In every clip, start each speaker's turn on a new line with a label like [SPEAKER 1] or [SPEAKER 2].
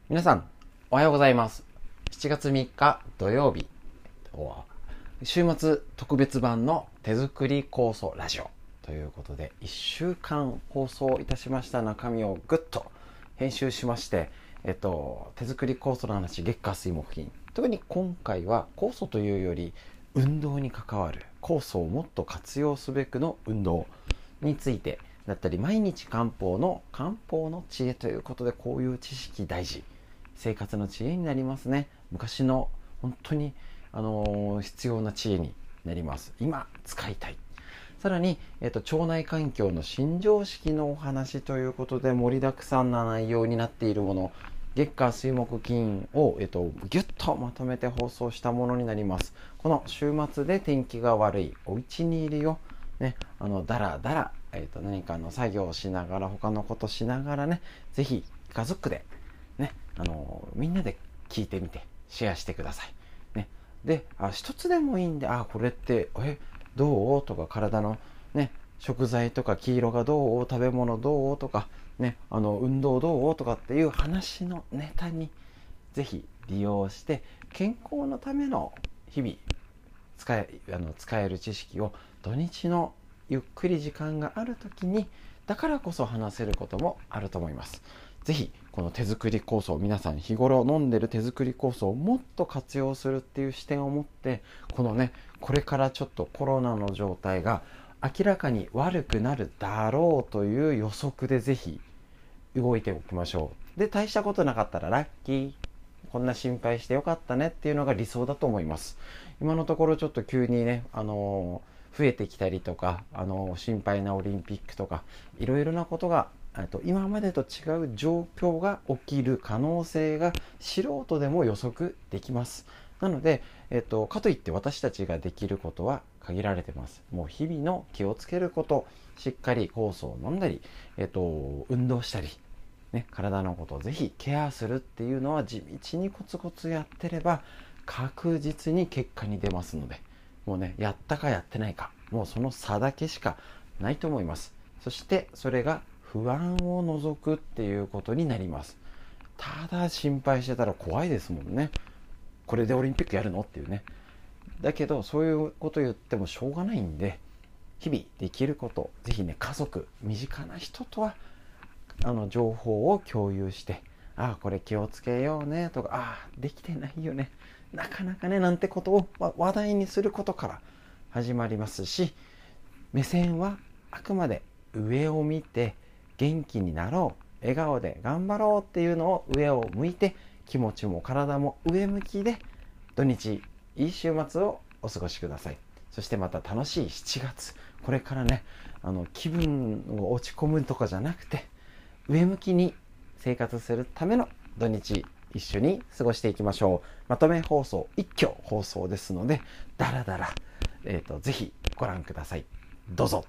[SPEAKER 1] 皆さんおはようございます。7月3日土曜日、週末特別版の手作り酵素ラジオということで、1週間放送いたしました中身をぐっと編集しまして、手作り酵素の話、月火水木金、特に今回は酵素というより運動に関わる酵素をもっと活用すべくの運動についてだったり、毎日漢方の知恵ということで、こういう知識大事、生活の知恵になりますね。昔の本当に、必要な知恵になります。今使いたい。さらに、腸内環境の新常識のお話ということで、盛りだくさんな内容になっているもの、月火水木金を、ギュッとまとめて放送したものになります。この週末で天気が悪い、お家にいるよ、ね、だらだら、何かの作業をしながら、他のことしながらね、ぜひ家族でね、みんなで聞いてみてシェアしてください、ね、で、一つでもいいんで、これってどうとか、体のね、食材とか黄色がどう、食べ物どうとかね、運動どうとかっていう話のネタにぜひ利用して、健康のための日々使える知識を土日のゆっくり時間があるときにだからこそ話せることもあると思います。ぜひこの手作り酵素、皆さん日頃飲んでる手作り酵素をもっと活用するっていう視点を持って、このね、これからちょっとコロナの状態が明らかに悪くなるだろうという予測で、ぜひ動いておきましょう。で、大したことなかったらラッキー、こんな心配してよかったねっていうのが理想だと思います。今のところちょっと急にね、増えてきたりとか、心配なオリンピックとか、いろいろなことが今までと違う状況が起きる可能性が素人でも予測できます。なので、かといって私たちができることは限られてます。もう日々の気をつけること、しっかり酵素を飲んだり、運動したり、ね、体のことをぜひケアするっていうのは地道にコツコツやってれば確実に結果に出ますので、もうね、やったかやってないか、もうその差だけしかないと思います。そしてそれが不安を除くっていうことになります。ただ心配してたら怖いですもんね。これでオリンピックやるのっていうね。だけどそういうこと言ってもしょうがないんで、日々できること、ぜひね、家族、身近な人とは情報を共有して、これ気をつけようねとか、できてないよね、なかなかね、なんてことを話題にすることから始まりますし、目線はあくまで上を見て、元気になろう、笑顔で頑張ろうっていうのを上を向いて、気持ちも体も上向きで土日いい週末をお過ごしください。そしてまた楽しい7月、これからね、気分を落ち込むとかじゃなくて、上向きに生活するための土日一緒に過ごしていきましょう。まとめ放送、一挙放送ですので、だらだら、ぜひご覧ください。どうぞ。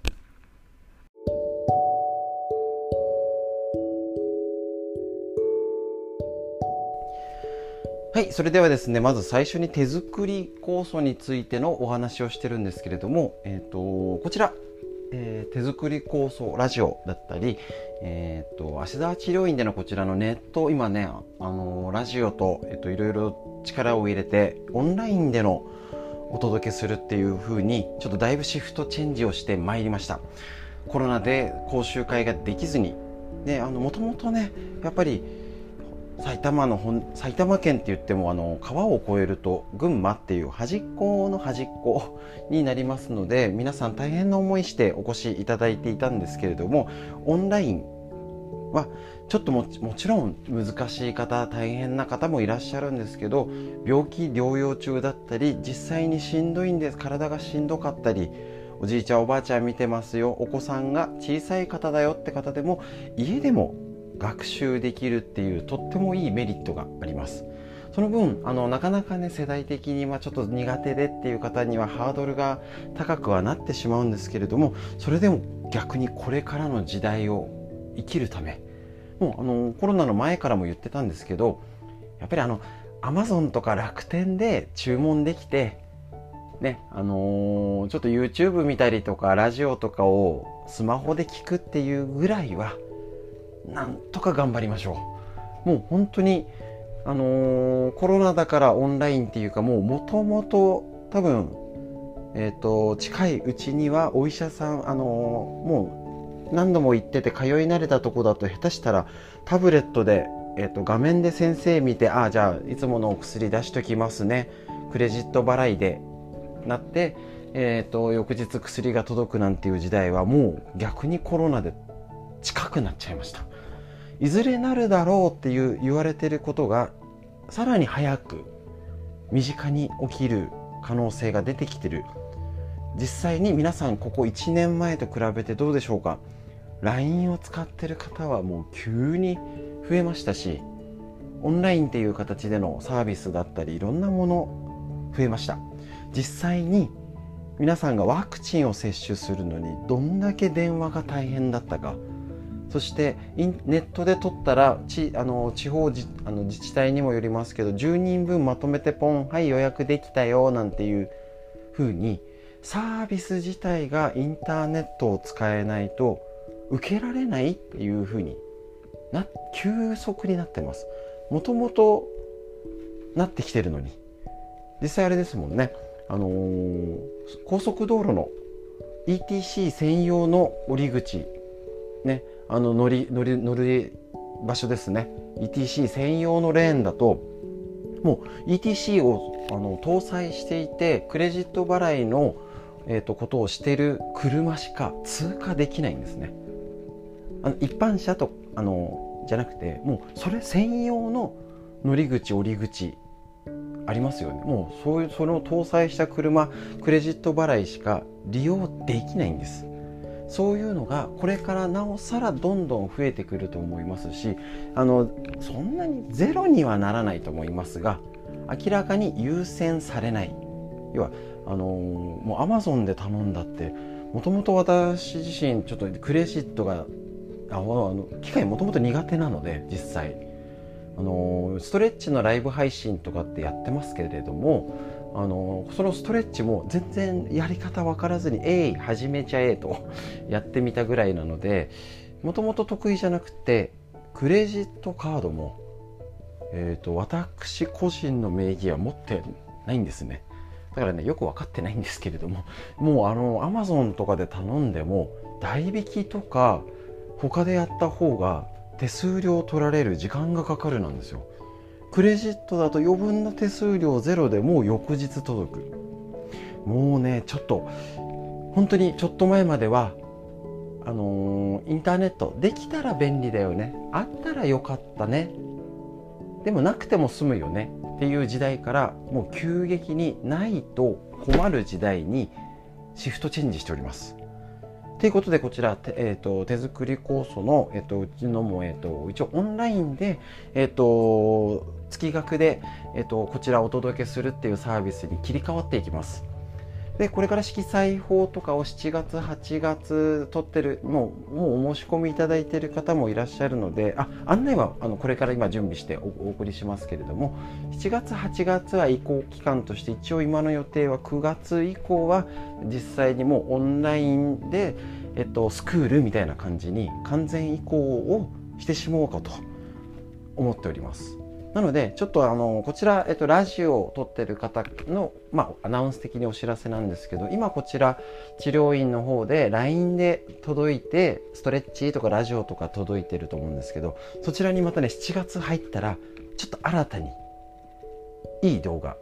[SPEAKER 1] はい、それではですね、まず最初に手作り酵素についてのお話をしてるんですけれども、こちら、手作り酵素ラジオだったり、芦沢治療院でのこちらのネット、今ね、ラジオと、いろいろ力を入れてオンラインでのお届けするっていう風に、ちょっとだいぶシフトチェンジをしてまいりました。コロナで講習会ができずに、で、もともとね、やっぱり埼玉県って言っても川を越えると群馬っていう端っこの端っこになりますので、皆さん大変な思いしてお越しいただいていたんですけれども、オンラインはちょっともちろん難しい方、大変な方もいらっしゃるんですけど、病気療養中だったり、実際にしんどいんです、体がしんどかったり、おじいちゃんおばあちゃん見てますよ、お子さんが小さい方だよって方でも家でも学習できるっていう、とってもいいメリットがあります。その分なかなかね、世代的にちょっと苦手でっていう方にはハードルが高くはなってしまうんですけれども、それでも逆にこれからの時代を生きるため、もうコロナの前からも言ってたんですけど、やっぱりAmazon とか楽天で注文できてね、ちょっと YouTube 見たりとかラジオとかをスマホで聞くっていうぐらいはなんとか頑張りましょう。もう本当にコロナだからオンラインっていうか、もともと多分、近いうちにはお医者さん、もう何度も行ってて通い慣れたとこだと、下手したらタブレットで、画面で先生見て、じゃあいつものお薬出しときますね、クレジット払いでなって、翌日薬が届くなんていう時代はもう逆にコロナで近くなっちゃいました。いずれなるだろうっていう言われていることがさらに早く身近に起きる可能性が出てきてる。実際に皆さんここ1年前と比べてどうでしょうか。 LINE を使ってる方はもう急に増えましたし、オンラインっていう形でのサービスだったりいろんなもの増えました。実際に皆さんがワクチンを接種するのにどんだけ電話が大変だったか、そしてネットで取ったら地方自治体にもよりますけど、10人分まとめてポン、はい予約できたよなんていう風に、サービス自体がインターネットを使えないと受けられないっていう風に急速になってます。もともとなってきてるのに、実際あれですもんね、高速道路の ETC 専用の降り口ね、乗る場所ですね。 ETC 専用のレーンだともう ETC を搭載していて、クレジット払いの、ことをしている車しか通過できないんですね。一般車とじゃなくて、もうそれ専用の乗り口降り口ありますよね。もうそれを搭載した車、クレジット払いしか利用できないんです。そういうのがこれからなおさらどんどん増えてくると思いますし、そんなにゼロにはならないと思いますが、明らかに優先されない。要はもう Amazon で頼んだって、もともと私自身ちょっとクレジットが機械もともと苦手なので、実際ストレッチのライブ配信とかってやってますけれども、そのストレッチも全然やり方分からずに始めちゃえとやってみたぐらいなので、もともと得意じゃなくて、クレジットカードも、私個人の名義は持ってないんですね。だからね、よく分かってないんですけれども、もうAmazon とかで頼んでも代引きとか他でやった方が手数料取られる、時間がかかるなんですよ。クレジットだと余分な手数料ゼロでもう翌日届く。もうね、ちょっと本当にちょっと前まではインターネットできたら便利だよね、あったらよかったね、でもなくても済むよねっていう時代から、もう急激にないと困る時代にシフトチェンジしております。ということで、こちら、手作り酵素の、うちのも、一応オンラインで、月額で、こちらお届けするっていうサービスに切り替わっていきます。で、これから色彩法とかを7月8月取ってる、もうお申し込みいただいている方もいらっしゃるので、案内はこれから今準備してお送りしますけれども、7月8月は移行期間として、一応今の予定は9月以降は実際にもうオンラインで、スクールみたいな感じに完全移行をしてしまおうかと思っております。なのでちょっとこちら、ラジオを撮ってる方の、アナウンス的にお知らせなんですけど、今こちら治療院の方で LINE で届いて、ストレッチとかラジオとか届いてると思うんですけど、そちらにまたね、7月入ったらちょっと新たにいい動画、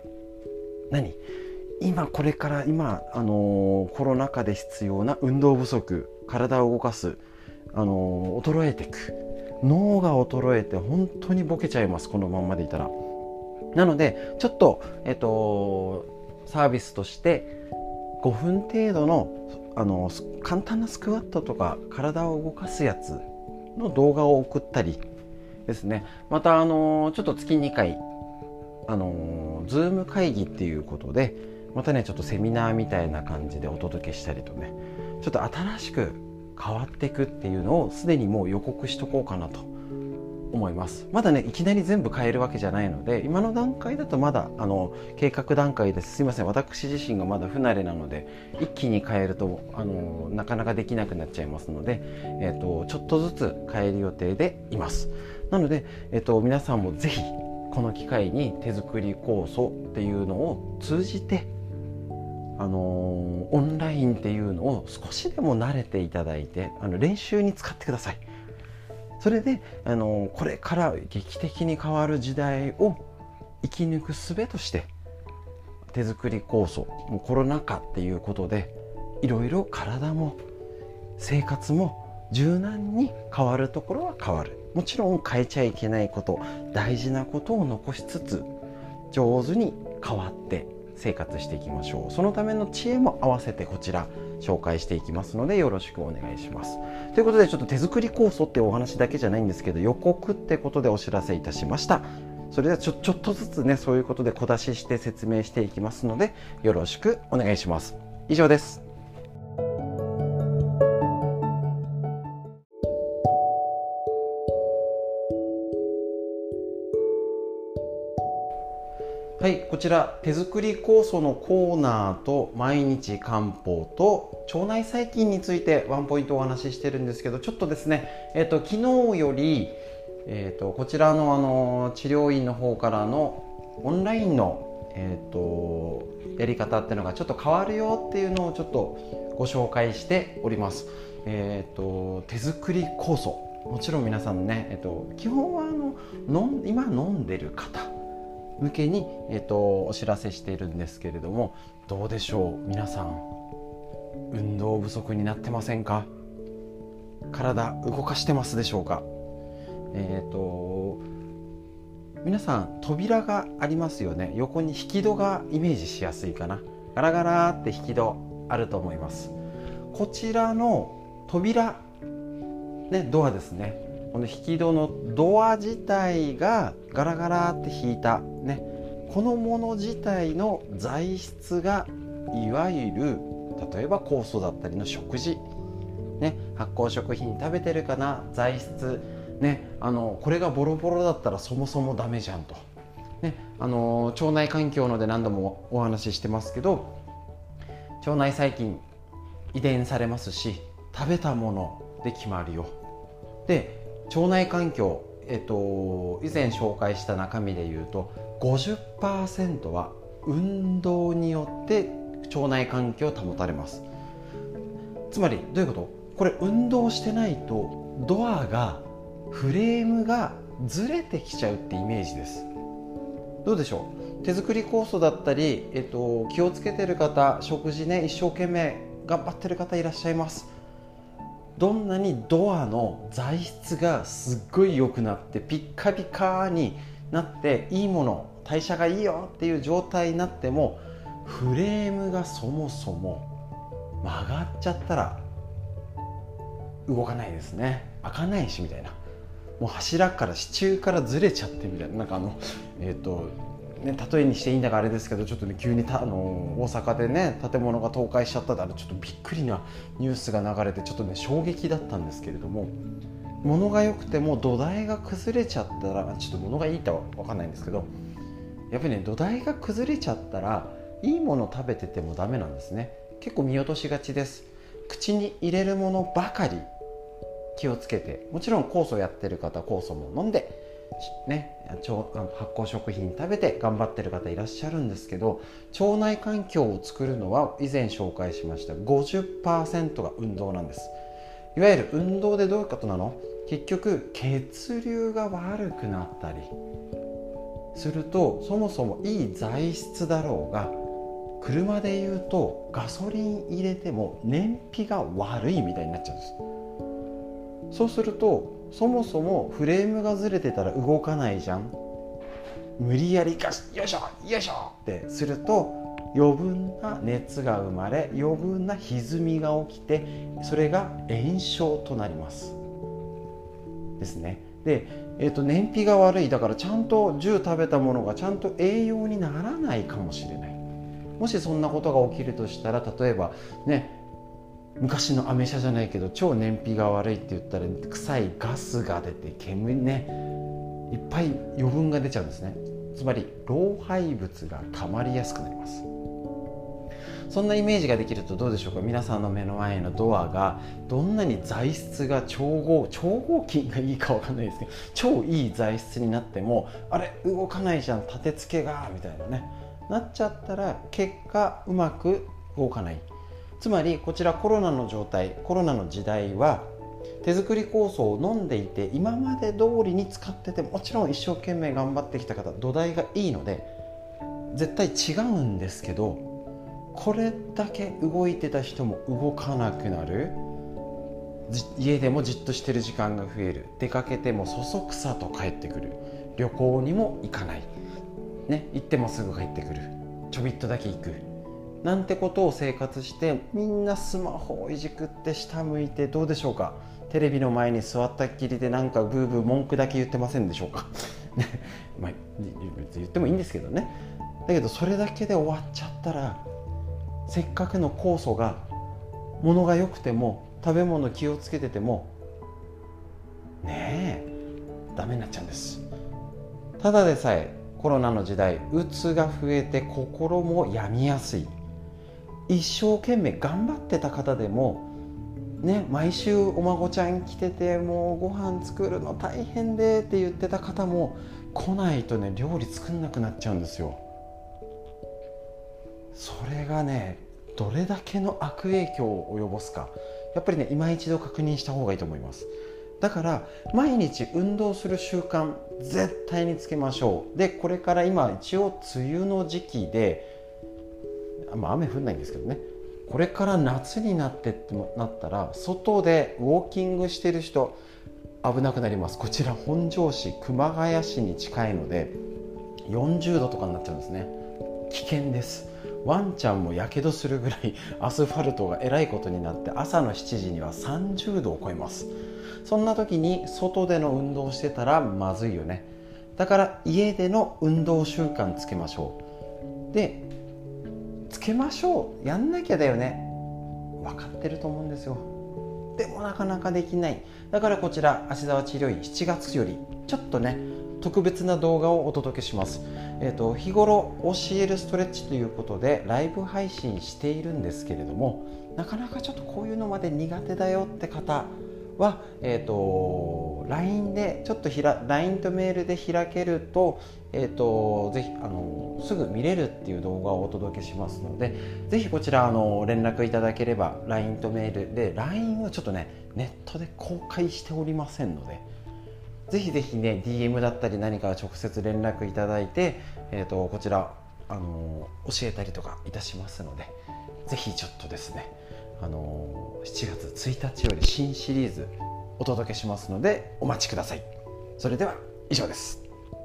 [SPEAKER 1] これからコロナ禍で必要な運動不足、体を動かす、衰えていく、脳が衰えて本当にボケちゃいます、このまんまでいたら。なのでちょっと、サービスとして5分程度の簡単なスクワットとか体を動かすやつの動画を送ったりですね。またちょっと月2回ズーム会議っていうことで、またね、ちょっとセミナーみたいな感じでお届けしたりとね、ちょっと新しく変わっていくっていうのをすでにもう予告しとこうかなと思います。まだね、いきなり全部変えるわけじゃないので、今の段階だとまだ計画段階です。すいません、私自身がまだ不慣れなので、一気に変えるとなかなかできなくなっちゃいますので、ちょっとずつ変える予定でいます。なので、皆さんもぜひこの機会に手作り酵素っていうのを通じてオンラインっていうのを少しでも慣れていただいて練習に使ってください。それでこれから劇的に変わる時代を生き抜く術として手作り酵素、もうコロナ禍っていうことでいろいろ体も生活も柔軟に変わるところは変わる。もちろん変えちゃいけないこと、大事なことを残しつつ上手に変わって生活していきましょう。そのための知恵も合わせてこちら紹介していきますのでよろしくお願いします。ということでちょっと手作り酵素ってお話だけじゃないんですけど予告ってことでお知らせいたしました。それではちょっとずつねそういうことで小出しして説明していきますのでよろしくお願いします。以上です。はい、こちら手作り酵素のコーナーと毎日漢方と腸内細菌についてワンポイントお話ししてるんですけど、ちょっとですね、昨日より、こちらの治療院の方からのオンラインの、やり方っていうのがちょっと変わるよっていうのをちょっとご紹介しております。手作り酵素、もちろん皆さんね、基本は今飲んでる方向けに、お知らせしているんですけれども、どうでしょう皆さん、運動不足になってませんか？体動かしてますでしょうか？皆さん扉がありますよね。横に引き戸がイメージしやすいかな。ガラガラって引き戸あると思います。こちらの扉、ね、ドアですね。この引き戸のドア自体がガラガラって引いた、ね、このもの自体の材質がいわゆる例えば酵素だったりの食事、ね、発酵食品食べてるかな、材質、ね、これがボロボロだったらそもそもダメじゃんと、ね、腸内環境ので何度もお話ししてますけど、腸内細菌遺伝されますし食べたもので決まるよ。で腸内環境、以前紹介した中身でいうと 50% は運動によって腸内環境を保たれます。つまりどういうこと？これ運動してないとドアがフレームがずれてきちゃうってイメージです。どうでしょう？手作り酵素だったり、気をつけてる方、食事ね一生懸命頑張ってる方いらっしゃいます。どんなにドアの材質がすっごい良くなってピッカピカになっていいもの、代謝がいいよっていう状態になってもフレームがそもそも曲がっちゃったら動かないですね。開かないしみたいな、もう柱から支柱からずれちゃってみたいな、なんかね、例えにしていいんだかあれですけど、ちょっとね急に大阪でね建物が倒壊しちゃったらちょっとびっくりなニュースが流れてちょっとね衝撃だったんですけれども、物が良くても土台が崩れちゃったら、ちょっと物がいいっては分かんないんですけど、やっぱりね土台が崩れちゃったらいいもの食べててもダメなんですね。結構見落としがちです。口に入れるものばかり気をつけて、もちろん酵素やってる方酵素も飲んでね、発酵食品食べて頑張ってる方いらっしゃるんですけど、腸内環境を作るのは以前紹介しました 50% が運動なんです。いわゆる運動でどういうことなの？結局血流が悪くなったりすると、そもそもいい材質だろうが、車でいうとガソリン入れても燃費が悪いみたいになっちゃうんです。そうするとそもそもフレームがずれてたら動かないじゃん。無理やりガシッよいしょよいしょってすると余分な熱が生まれ、余分な歪みが起きて、それが炎症となりますですね。で、燃費が悪い、だからちゃんと10食べたものがちゃんと栄養にならないかもしれない。もしそんなことが起きるとしたら、例えばね、昔のアメ車じゃないけど超燃費が悪いって言ったら臭いガスが出て煙ね、いっぱい余分が出ちゃうんですね。つまり老廃物が溜まりやすくなります。 そんなイメージができるとどうでしょうか。皆さんの目の前のドアがどんなに材質が超合金がいいかわかんないですけど、超いい材質になっても、あれ動かないじゃん、立て付けがみたいなね、なっちゃったら結果うまく動かない。つまりこちらコロナの状態、コロナの時代は手作り酵素を飲んでいて、今まで通りに使ってて、もちろん一生懸命頑張ってきた方、土台がいいので絶対違うんですけど、これだけ動いてた人も動かなくなる、家でもじっとしてる時間が増える、出かけてもそそくさと帰ってくる、旅行にも行かない、ね、行ってもすぐ帰ってくる、ちょびっとだけ行くなんてことを生活して、みんなスマホをいじくって下向いて、どうでしょうか。テレビの前に座ったっきりでなんかブーブー文句だけ言ってませんでしょうかまあ、言ってもいいんですけどね。だけどそれだけで終わっちゃったら、せっかくの酵素が、物が良くても食べ物気をつけててもねダメになっちゃうんです。ただでさえコロナの時代、うつが増えて心も病みやすい。一生懸命頑張ってた方でもね、毎週お孫ちゃん来てて、もうご飯作るの大変でって言ってた方も、来ないとね料理作んなくなっちゃうんですよ。それがねどれだけの悪影響を及ぼすか、やっぱりね今一度確認した方がいいと思います。だから毎日運動する習慣絶対につけましょう。でこれから今一応梅雨の時期で、雨降んないんですけどね、これから夏になってってなったら、外でウォーキングしてる人危なくなります。こちら本庄市、熊谷市に近いので40度とかになっちゃうんですね。危険です。ワンちゃんもやけどするぐらいアスファルトがえらいことになって、朝の7時には30度を超えます。そんな時に外での運動してたらまずいよね。だから家での運動習慣つけましょう。でつけましょう、やんなきゃだよね、分かってると思うんですよ。でもなかなかできない。だからこちら芦沢治療院7月よりちょっとね特別な動画をお届けします。日頃教えるストレッチということでライブ配信しているんですけれども、なかなかちょっとこういうのまで苦手だよって方は、LINE でちょっとLINE とメールで開けると、ぜひすぐ見れるっていう動画をお届けしますので、ぜひこちら連絡いただければ LINE とメールで、 LINE はちょっとねネットで公開しておりませんので、ぜひぜひね DM だったり何か直接連絡いただいて、こちら教えたりとかいたしますので、ぜひちょっとですね7月1日より新シリーズお届けしますのでお待ちください。それでは以上です。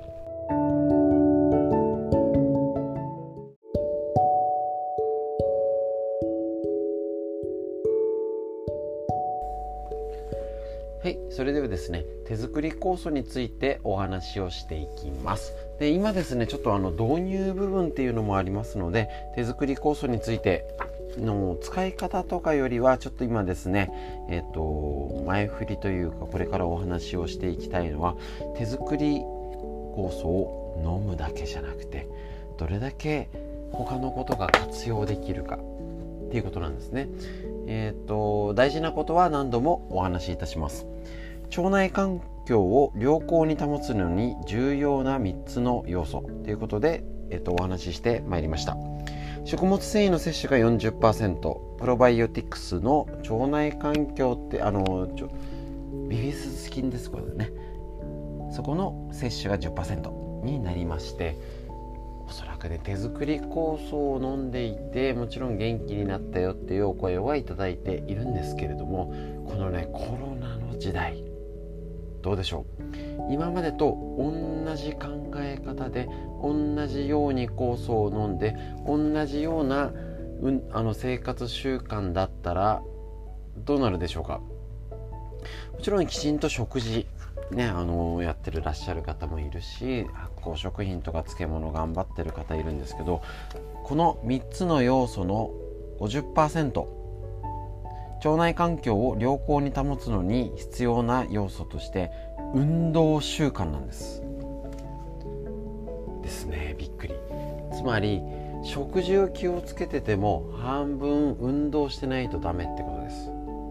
[SPEAKER 1] はい、それではですね手作り酵素についてお話をしていきます。で今ですねちょっと導入部分っていうのもありますので、手作り酵素についての使い方とかよりはちょっと今ですね前振りというか、これからお話をしていきたいのは、手作り酵素を飲むだけじゃなくて、どれだけ他のことが活用できるかっていうことなんですね。大事なことは何度もお話しいたします。腸内環境を良好に保つのに重要な3つの要素ということで、お話ししてまいりました。食物繊維の摂取が 40%、 プロバイオティクスの腸内環境ってビフィズス菌ですこれね、そこの摂取が 10% になりまして、おそらくね手作り酵素を飲んでいて、もちろん元気になったよっていうお声はいただいているんですけれども、このねコロナの時代どうでしょう。今までと同じ考え方で同じように酵素を飲んで同じような、生活習慣だったらどうなるでしょうか。もちろんきちんと食事ねやってらっしゃる方もいるし、発酵食品とか漬物頑張ってる方いるんですけど、この3つの要素の 50%、腸内環境を良好に保つのに必要な要素として運動習慣なんですね。びっくり。つまり食事を気をつけてても半分運動してないとダメってことです。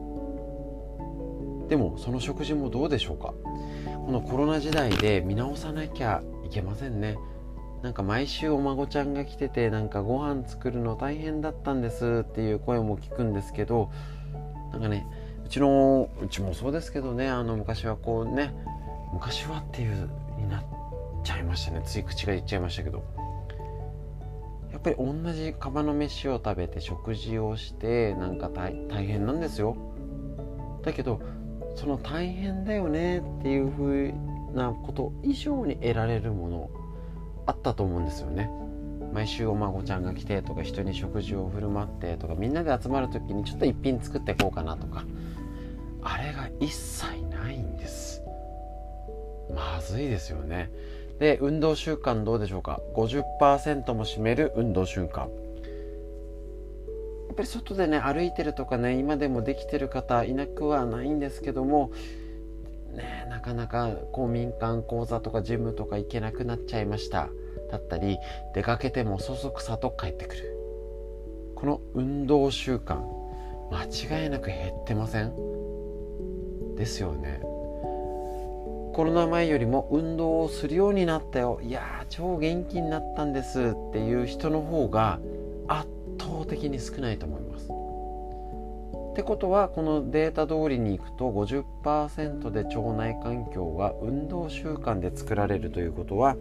[SPEAKER 1] でもその食事もどうでしょうか。このコロナ時代で見直さなきゃいけませんね。なんか毎週お孫ちゃんが来てて、なんかご飯作るの大変だったんですっていう声も聞くんですけど、なんかね、うちもそうですけどね、昔はこうね、昔はっていうになっちゃいましたね。つい口が言っちゃいましたけど、やっぱり同じ釜の飯を食べて食事をしてなんか大変なんですよ。だけどその大変だよねっていう風なこと以上に得られるものあったと思うんですよね。毎週お孫ちゃんが来てとか、人に食事を振る舞ってとか、みんなで集まる時にちょっと一品作っていこうかなとか、あれが一切ないんです。まずいですよね。で、運動習慣どうでしょうか。 50% も占める運動習慣、やっぱり外でね歩いてるとかね、今でもできてる方いなくはないんですけどもね、なかなかこう民間講座とかジムとか行けなくなっちゃいましただったり、出かけてもそそくさと帰ってくる、この運動習慣間違いなく減ってませんですよね。コロナ前よりも運動をするようになったよ、いやー超元気になったんですっていう人の方が圧倒的に少ないと思います。ってことは、このデータ通りにいくと 50% で腸内環境が運動習慣で作られるということは、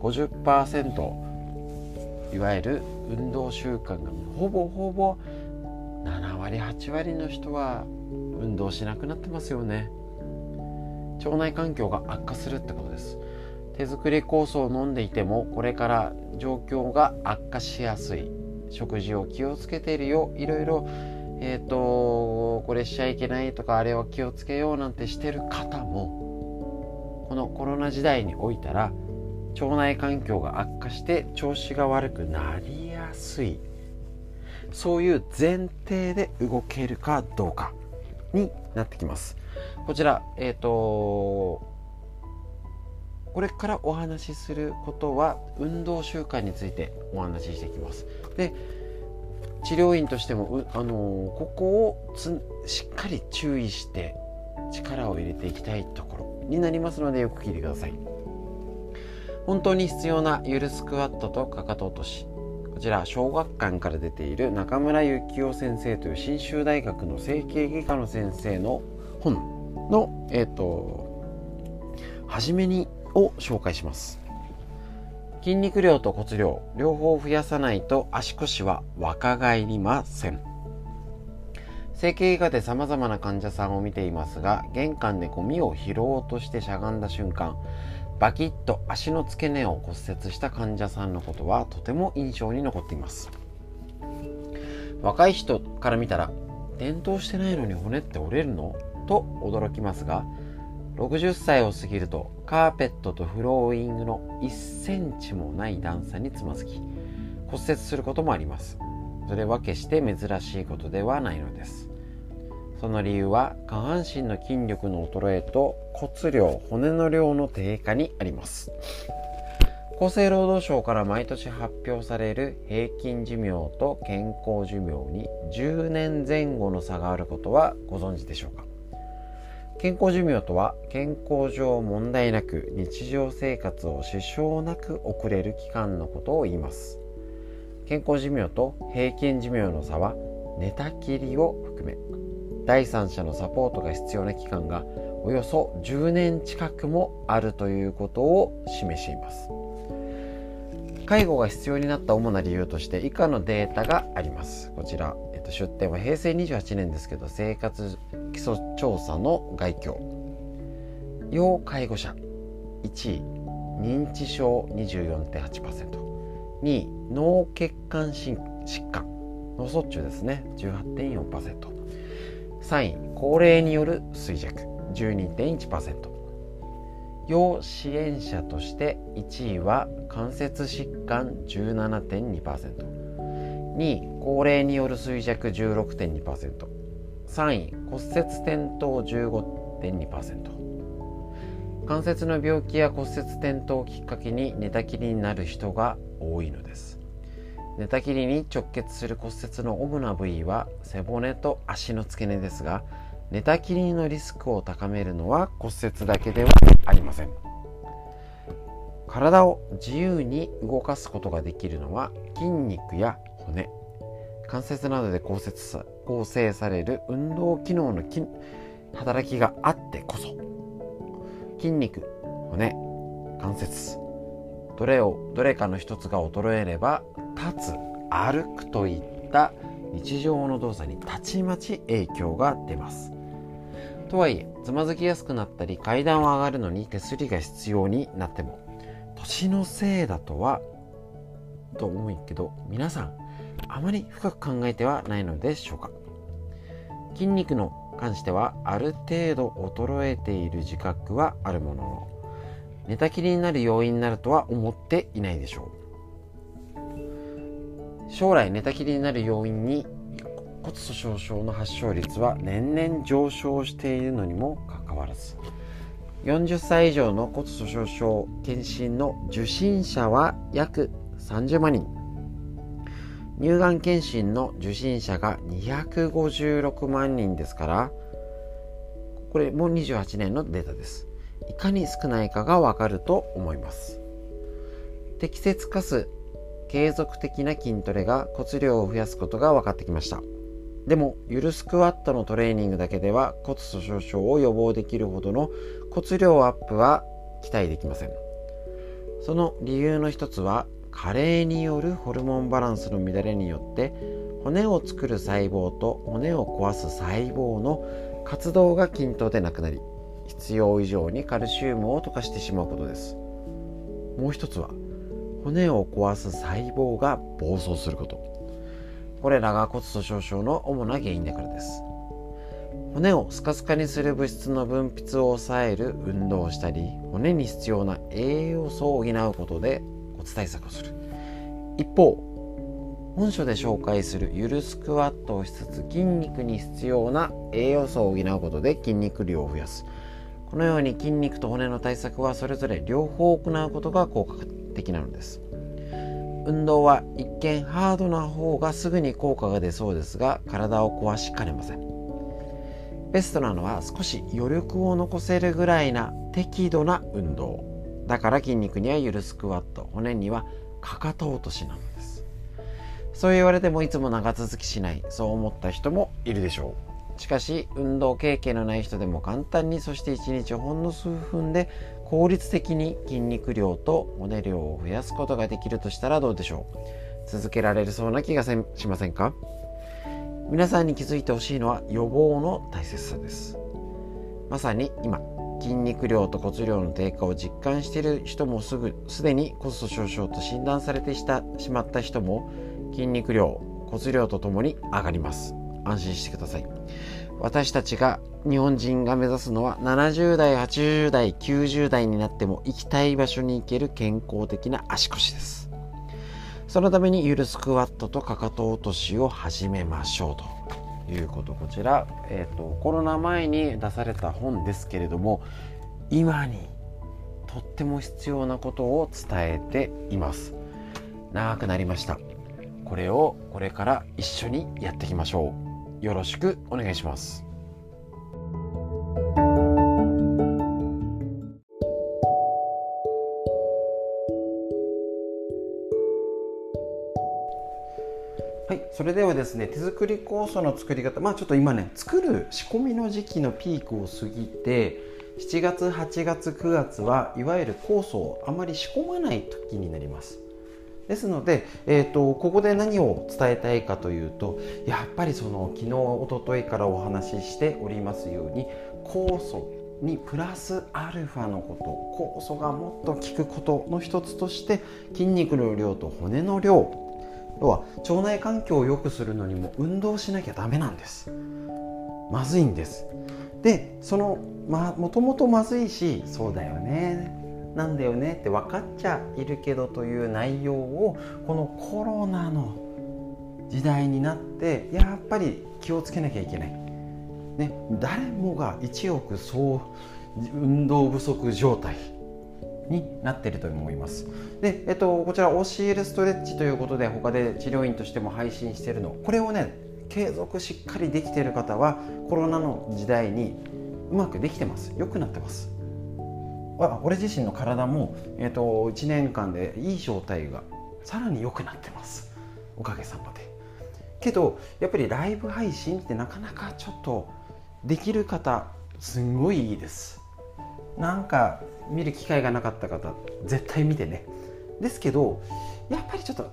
[SPEAKER 1] 50% いわゆる運動習慣がほぼ7割8割の人は運動しなくなってますよね。腸内環境が悪化するってことです。手作り酵素を飲んでいてもこれから状況が悪化しやすい、食事を気をつけているよ、いろいろこれしちゃいけないとか、あれを気をつけようなんてしてる方も、このコロナ時代においたら腸内環境が悪化して調子が悪くなりやすい、そういう前提で動けるかどうかになってきます。こちらこれからお話しすることは運動習慣についてお話ししていきます。で、治療院としてもここをしっかり注意して力を入れていきたいところになりますので、よく聞いてください。本当に必要なゆるスクワットとかかと落とし、こちら小学館から出ている中村幸雄先生という信州大学の整形外科の先生の本の初めにを紹介します。筋肉量と骨量両方増やさないと足腰は若返りません。整形外科で様々な患者さんを見ていますが、玄関でゴミを拾おうとしてしゃがんだ瞬間、バキッと足の付け根を骨折した患者さんのことはとても印象に残っています。若い人から見たら、転倒してないのに骨って折れるのと驚きますが、60歳を過ぎるとカーペットとフローイングの1センチもない段差につまずき骨折することもあります。それは決して珍しいことではないのです。その理由は下半身の筋力の衰えと骨量、骨の量の低下にあります。厚生労働省から毎年発表される平均寿命と健康寿命に10年前後の差があることはご存知でしょうか。健康寿命とは、健康上問題なく日常生活を支障なく送れる期間のことを言います。健康寿命と平均寿命の差は寝たきりを含め、第三者のサポートが必要な期間がおよそ10年近くもあるということを示しています。介護が必要になった主な理由として以下のデータがあります。こちら、出典は平成28年ですけど、生活基礎調査の概況。要介護者1位、認知症 24.8%、 2位、脳血管疾患、脳卒中ですね 18.4%、 3位、高齢による衰弱 12.1%、 要支援者として1位は関節疾患 17.2%、2位、高齢による衰弱 16.2%、 3位、骨折転倒 15.2%。 関節の病気や骨折転倒をきっかけに寝たきりになる人が多いのです。 寝たきりに直結する骨折の主な部位は背骨と足の付け根ですが、寝たきりのリスクを高めるのは骨折だけではありません。体を自由に動かすことができるのは筋肉や骨、関節などで構成される運動機能の働きがあってこそ、筋肉、骨、関節どれかの一つが衰えれば立つ、歩くといった日常の動作にたちまち影響が出ます。とはいえ、つまずきやすくなったり階段を上がるのに手すりが必要になっても年のせいだと思うけど、皆さんあまり深く考えてはないのでしょうか。筋肉の関してはある程度衰えている自覚はあるものの、寝たきりになる要因になるとは思っていないでしょう。将来寝たきりになる要因に骨粗しょう症の発症率は年々上昇しているのにもかかわらず、40歳以上の骨粗しょう症検診の受診者は約30万人、乳がん検診の受診者が256万人ですから、これも28年のデータです。いかに少ないかがわかると思います。適切かつ継続的な筋トレが骨量を増やすことが分かってきました。でもゆるスクワットのトレーニングだけでは骨粗しょう症を予防できるほどの骨量アップは期待できません。その理由の一つは、加齢によるホルモンバランスの乱れによって骨を作る細胞と骨を壊す細胞の活動が均等でなくなり、必要以上にカルシウムを溶かしてしまうことです。もう一つは、骨を壊す細胞が暴走すること。これらが骨粗しょう症の主な原因だからです。骨をスカスカにする物質の分泌を抑える運動をしたり、骨に必要な栄養素を補うことで骨対策をする。一方、本書で紹介するゆるスクワットをしつつ筋肉に必要な栄養素を補うことで筋肉量を増やす。このように筋肉と骨の対策はそれぞれ両方行うことが効果的なのです。運動は一見ハードな方がすぐに効果が出そうですが、体を壊しかねません。ベストなのは少し余力を残せるぐらいな適度な運動。だから筋肉にはゆるスクワット、骨にはかかと落としなのです。そう言われてもいつも長続きしない、そう思った人もいるでしょう。しかし運動経験のない人でも簡単に、そして1日ほんの数分で効率的に筋肉量と骨量を増やすことができるとしたらどうでしょう。続けられるそうな気がしませんか。皆さんに気づいてほしいのは予防の大切さです。まさに今、筋肉量と骨量の低下を実感している人もすでに骨粗しょう症と診断されてしまった人も、筋肉量、骨量とともに上がります。安心してください。私たち日本人が目指すのは70代、80代、90代になっても行きたい場所に行ける健康的な足腰です。そのためにゆるスクワットとかかと落としを始めましょうということ。こちら、コロナ前に出された本ですけれども、今にとっても必要なことを伝えています。長くなりました。これをこれから一緒にやっていきましょう。よろしくお願いします。はい、それではですね、手作り酵素の作り方、ちょっと今ね、作る仕込みの時期のピークを過ぎて、7月、8月、9月はいわゆる酵素をあまり仕込まない時になります。ですので、ここで何を伝えたいかというと、やっぱり昨日、一昨日からお話ししておりますように、酵素にプラスアルファのこと、酵素がもっと効くことの一つとして、筋肉の量と骨の量、要は腸内環境を良くするのにも運動しなきゃダメなんです。まずいんです。で、もともとまずいし、そうだよね、なんだよねって分かっちゃいるけどという内容を、このコロナの時代になってやっぱり気をつけなきゃいけない、ね、誰もが1億総運動不足状態になっていると思います。で、こちら OCL ストレッチということで他で治療院としても配信しているの、これをね継続しっかりできている方はコロナの時代にうまくできてます。良くなってます。俺自身の体も、1年間でいい状態がさらに良くなってます。おかげさまで。けどやっぱりライブ配信ってなかなかちょっとできる方すんごいいいです。なんか見る機会がなかった方絶対見てね。ですけどやっぱりちょっと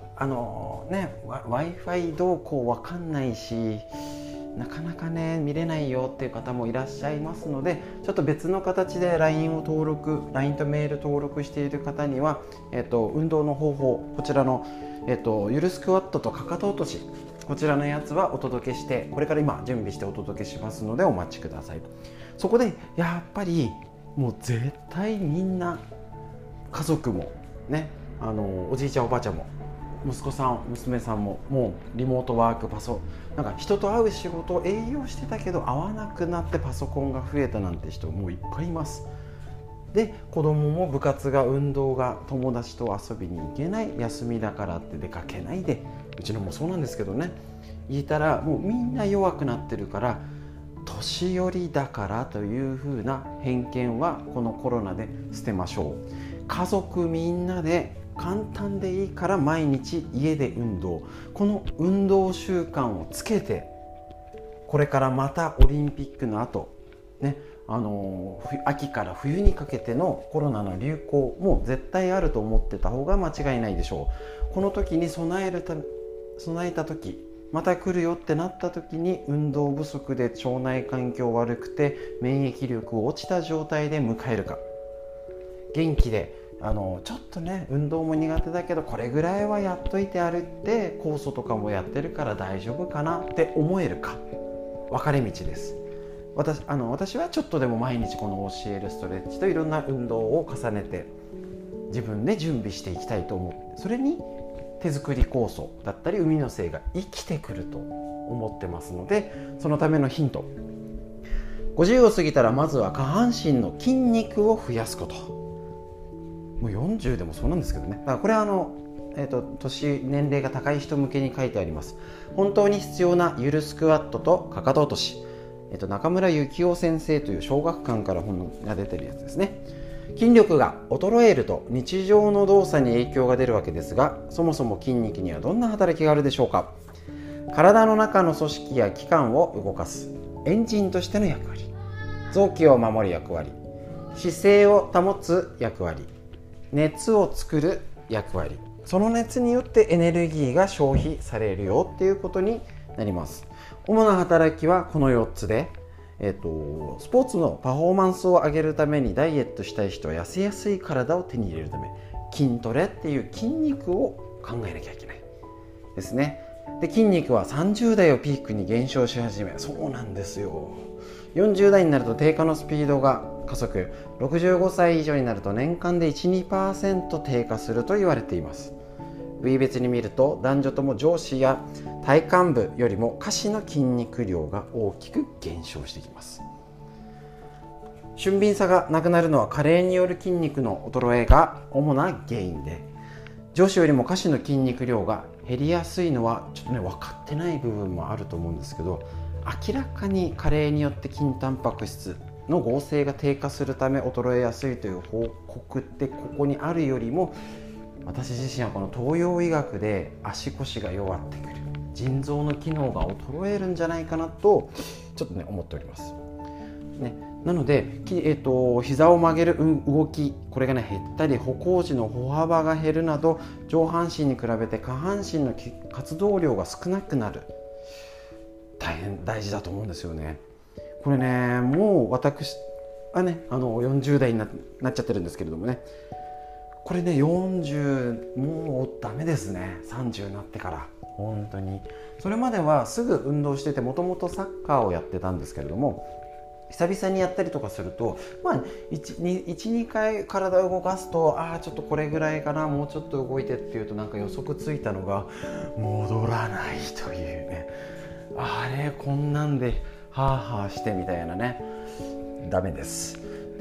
[SPEAKER 1] Wi-Fi どうこうわかんないし、なかなかね見れないよっていう方もいらっしゃいますので、ちょっと別の形で LINE とメール登録している方には、運動の方法、こちらの、ゆるスクワットとかかと落とし、こちらのやつはお届けして、これから今準備してお届けしますのでお待ちください。そこでやっぱりもう絶対みんな家族もね、おじいちゃんおばあちゃんも息子さん娘さんももうリモートワークなんか人と会う仕事を営業してたけど会わなくなってパソコンが増えたなんて人もういっぱいいます。で子供も部活が運動が友達と遊びに行けない、休みだからって出かけないで、うちのもそうなんですけどね、言ったらもうみんな弱くなってるから年寄りだからという風な偏見はこのコロナで捨てましょう。家族みんなで簡単でいいから毎日家で運動、この運動習慣をつけて、これからまたオリンピックの後ね、秋から冬にかけてのコロナの流行も絶対あると思ってた方が間違いないでしょう。この時に備えた時、また来るよってなった時に運動不足で腸内環境悪くて免疫力落ちた状態で迎えるか、元気でちょっとね運動も苦手だけどこれぐらいはやっといて歩いて酵素とかもやってるから大丈夫かなって思えるか、分かれ道です。私はちょっとでも毎日この教えるストレッチといろんな運動を重ねて自分で準備していきたいと思って、それに手作り酵素だったり海の精が生きてくると思ってますので、そのためのヒント、50を過ぎたらまずは下半身の筋肉を増やすこと。もう40でもそうなんですけどね。だからこれは年齢が高い人向けに書いてあります。本当に必要なゆるスクワットとかかと落とし、中村幸雄先生という小学館から本が出てるやつですね。筋力が衰えると日常の動作に影響が出るわけですが、そもそも筋肉にはどんな働きがあるでしょうか。体の中の組織や器官を動かすエンジンとしての役割、臓器を守る役割、姿勢を保つ役割、熱を作る役割、その熱によってエネルギーが消費されるよっていうことになります。主な働きはこの4つで、スポーツのパフォーマンスを上げるためにダイエットしたい人は痩せやすい体を手に入れるため筋トレっていう筋肉を考えなきゃいけないですね。で筋肉は30代をピークに減少し始め、そうなんですよ。40代になると低下のスピードが加速、65歳以上になると年間で 1,2% 低下すると言われています。部位別に見ると男女とも上肢や体幹部よりも下肢の筋肉量が大きく減少してきます。俊敏さがなくなるのは加齢による筋肉の衰えが主な原因で、上肢よりも下肢の筋肉量が減りやすいのはちょっとね分かってない部分もあると思うんですけど、明らかに加齢によって筋タンパク質の合成が低下するため衰えやすいという報告ってここにあるよりも、私自身はこの東洋医学で足腰が弱ってくる、腎臓の機能が衰えるんじゃないかなとちょっとね思っております、ね、なので、膝を曲げる動き、これがね減ったり歩行時の歩幅が減るなど上半身に比べて下半身の活動量が少なくなる、大変大事だと思うんですよね。これねもう私はね40代になっちゃってるんですけれどもね、これね40もうダメですね。30になってから本当にそれまではすぐ運動してて、もともとサッカーをやってたんですけれども、久々にやったりとかすると、1,2 回体を動かすとちょっとこれぐらいかな、もうちょっと動いてっていうとなんか予測ついたのが戻らないというね、あれこんなんでハーハーしてみたいなね、ダメです。で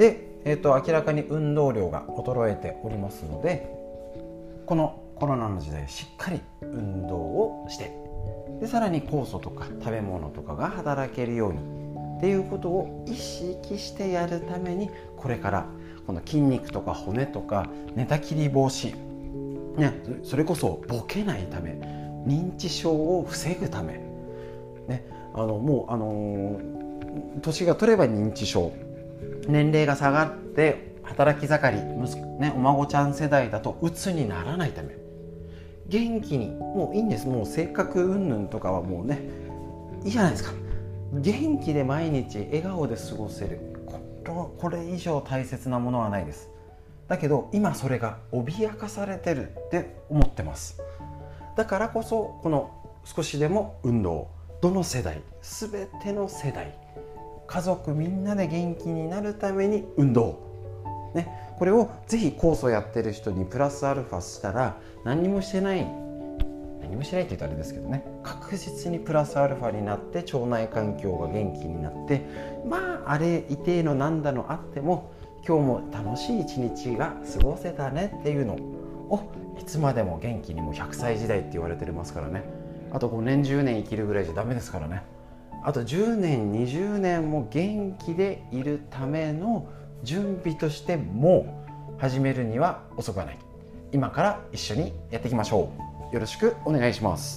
[SPEAKER 1] 明らかに運動量が衰えておりますので、このコロナの時代しっかり運動をして、でさらに酵素とか食べ物とかが働けるようにっていうことを意識してやるために、これからこの筋肉とか骨とか寝たきり防止、ね、それこそボケないため、認知症を防ぐため、ね、もう年が取れば認知症、年齢が下がって働き盛り、お孫ちゃん世代だと鬱にならないため、元気に、もういいんです。もう性格云々とかはもうね、いいじゃないですか。元気で毎日笑顔で過ごせる、これ以上大切なものはないです。だけど今それが脅かされてるって思ってます。だからこそこの少しでも運動、どの世代、全ての世代、家族みんなで元気になるために運動、ね、これをぜひ酵素やってる人にプラスアルファしたら、何もしてないって言うとあれですけどね、確実にプラスアルファになって、腸内環境が元気になって、あれ痛えのなんだのあっても今日も楽しい一日が過ごせたねっていうのを、いつまでも元気に、もう100歳時代って言われてますからね。あと5年10年生きるぐらいじゃダメですからね。あと10年20年も元気でいるための準備としてもう始めるには遅くはない。今から一緒にやっていきましょう。よろしくお願いします。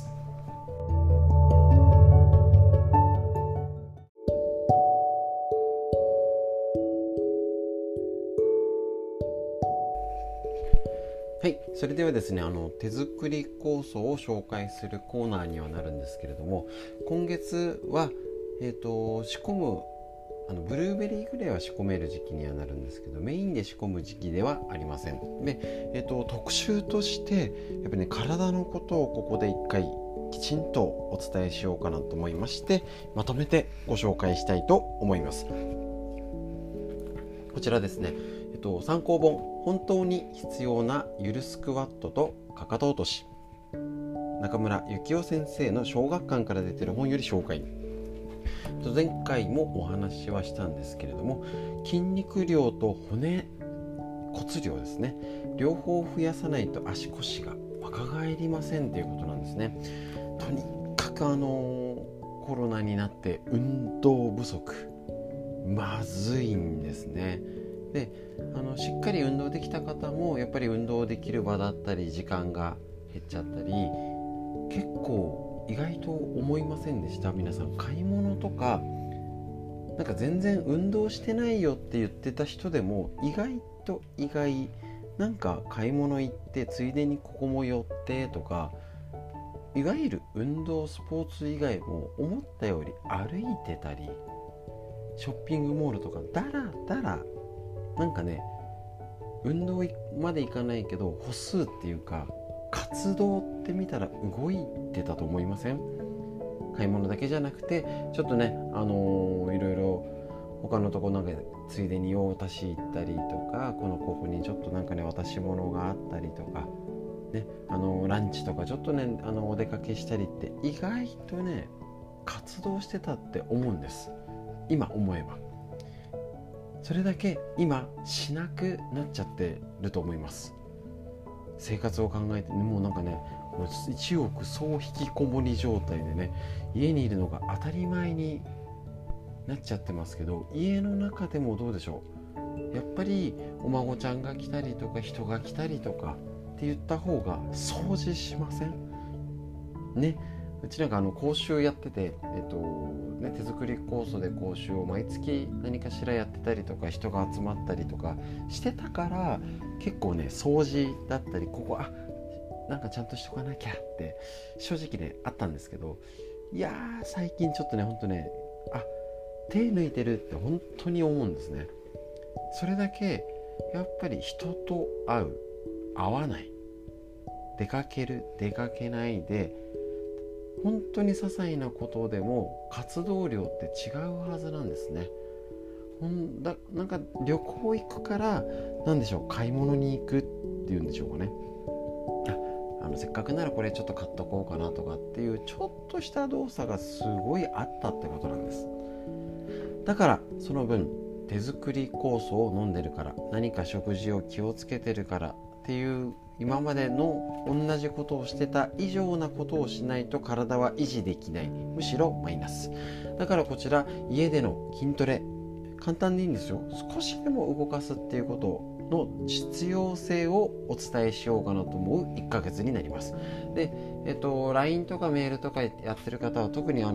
[SPEAKER 1] はい、それではですね、手作り酵素を紹介するコーナーにはなるんですけれども、今月は、仕込むブルーベリーぐらいは仕込める時期にはなるんですけど、メインで仕込む時期ではありません。で、特集としてやっぱりね、体のことをここで一回きちんとお伝えしようかなと思いまして、まとめてご紹介したいと思います。こちらですね、参考本、本当に必要なゆるスクワットとかかと落とし、中村幸雄先生の小学館から出ている本より紹介。前回もお話はしたんですけれども、筋肉量と骨量ですね、両方増やさないと足腰が若返りませんということなんですね。とにかくコロナになって運動不足、まずいんですね。で、しっかり運動できた方もやっぱり運動できる場だったり時間が減っちゃったり、結構意外と思いませんでした？皆さん、買い物とかなんか全然運動してないよって言ってた人でも、意外なんか買い物行ってついでにここも寄ってとか、いわゆる運動スポーツ以外も思ったより歩いてたり、ショッピングモールとかだらだら、なんかね、運動までいかないけど歩数っていうか活動って見たら動いてたと思いません？買い物だけじゃなくて、ちょっとね、いろいろ他のとこなんかついでに用足し行ったりとか、ここにちょっとなんかね渡し物があったりとか、ね、ランチとかちょっとねお出かけしたりって意外とね活動してたって思うんです。今思えばそれだけ今しなくなっちゃってると思います。生活を考えて、もうなんかね、一億総引きこもり状態でね、家にいるのが当たり前になっちゃってますけど、家の中でもどうでしょう。やっぱりお孫ちゃんが来たりとか人が来たりとかって言った方が掃除しませんね。うちなんか講習やってて、手作り酵素で講習を毎月何かしらやってたりとか、人が集まったりとかしてたから、結構ね掃除だったり、ここなんかちゃんとしとかなきゃって正直ねあったんですけど、いやー最近ちょっとね、ほんとね、手抜いてるって本当に思うんですね。それだけやっぱり人と会う、会わない、出かける、出かけないで、本当に些細なことでも活動量って違うはずなんですね。なんか旅行行くから、なんでしょう、買い物に行くっていうんでしょうかね。せっかくならこれちょっと買っとこうかなとかっていうちょっとした動作がすごいあったってことなんです。だからその分手作り酵素を飲んでるから、何か食事を気をつけてるからっていう今までの同じことをしてた以上なことをしないと体は維持できない、むしろマイナス。だからこちら家での筋トレ、簡単でいいんですよ。少しでも動かすっていうことの実用性をお伝えしようかなと思う1ヶ月になります。で、LINE とかメールとかやってる方は特に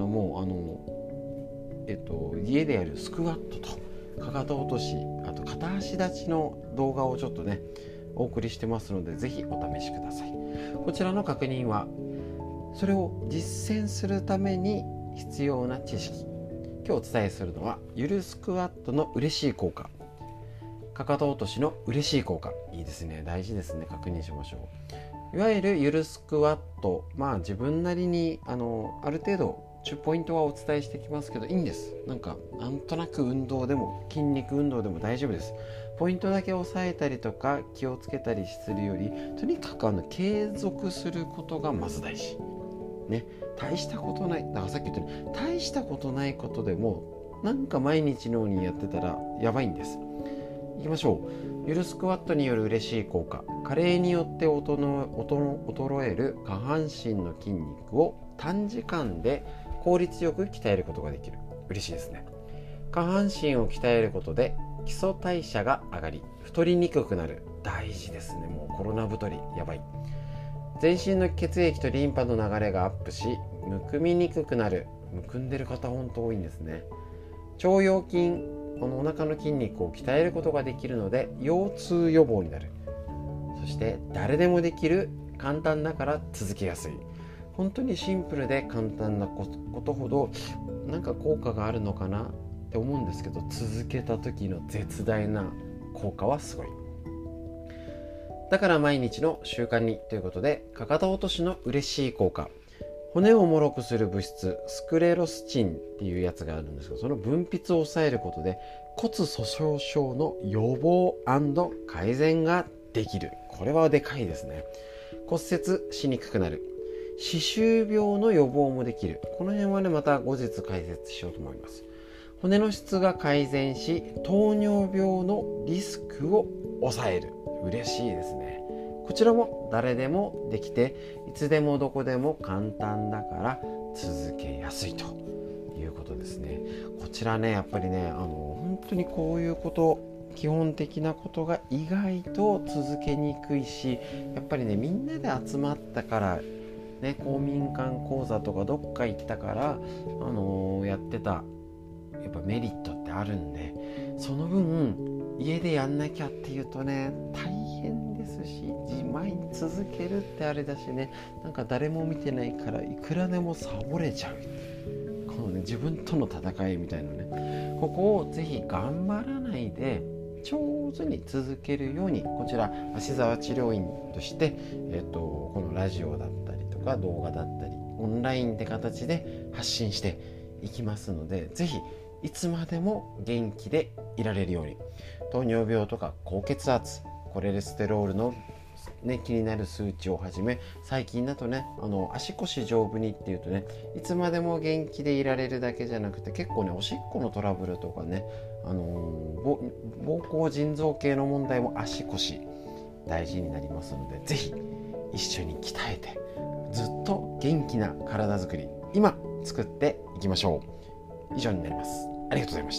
[SPEAKER 1] 家でやるスクワットとかかと落とし、あと片足立ちの動画をちょっとねお送りしてますので、ぜひお試しください。こちらの確認はそれを実践するために必要な知識。今日お伝えするのはゆるスクワットの嬉しい効果、かかと落としの嬉しい効果。いいですね、大事ですね。確認しましょう。いわゆるゆるスクワット、自分なりにある程度ポイントはお伝えしてきますけど、いいんです。なんとなく運動でも筋肉運動でも大丈夫です。ポイントだけ押さえたりとか気をつけたりするより、とにかく継続することがまず大事ね。大したことない、だからさっき言ったように大したことないことでも毎日のようにやってたらやばいんです。いきましょう。ゆるスクワットによる嬉しい効果。加齢によって衰える下半身の筋肉を短時間で効率よく鍛えることができる。嬉しいですね。下半身を鍛えることで基礎代謝が上がり、太りにくくなる。大事ですね。もうコロナ太りやばい。全身の血液とリンパの流れがアップし、むくみにくくなる。むくんでる方本当多いんですね。腸腰筋、お腹の筋肉を鍛えることができるので腰痛予防になる。そして誰でもできる、簡単だから続けやすい。本当にシンプルで簡単なことほど効果があるのかなって思うんですけど、続けた時の絶大な効果はすごい。だから毎日の習慣にということで、かかと落としの嬉しい効果。骨を脆くする物質スクレロスチンっていうやつがあるんですけど、その分泌を抑えることで骨粗鬆症の予防&改善ができる。これはでかいですね。骨折しにくくなる。歯周病の予防もできる。この辺はね、また後日解説しようと思います。骨の質が改善し、糖尿病のリスクを抑える。嬉しいですね。こちらも誰でもできて、いつでもどこでも簡単だから続けやすいということですね。こちらね、やっぱりね、本当にこういうこと、基本的なことが意外と続けにくいし、やっぱりね、みんなで集まったからね、公民館講座とかどっか行ったから、やってたやっぱメリットってあるんで、その分家でやんなきゃっていうとね、大変ですし、毎日続けるってあれだしね、誰も見てないからいくらでもサボれちゃう。このね、自分との戦いみたいなね、ここをぜひ頑張らないで上手に続けるように、こちら芦沢治療院として、このラジオだったりとか動画だったりオンラインって形で発信していきますので、ぜひいつまでも元気でいられるように。糖尿病とか高血圧、コレステロールの、気になる数値をはじめ、最近だとね、足腰丈夫にっていうとね、いつまでも元気でいられるだけじゃなくて、結構ね、おしっこのトラブルとかね、膀胱腎臓系の問題も足腰大事になりますので、ぜひ一緒に鍛えてずっと元気な体づくり、今作っていきましょう。以上になります。ありがとうございました。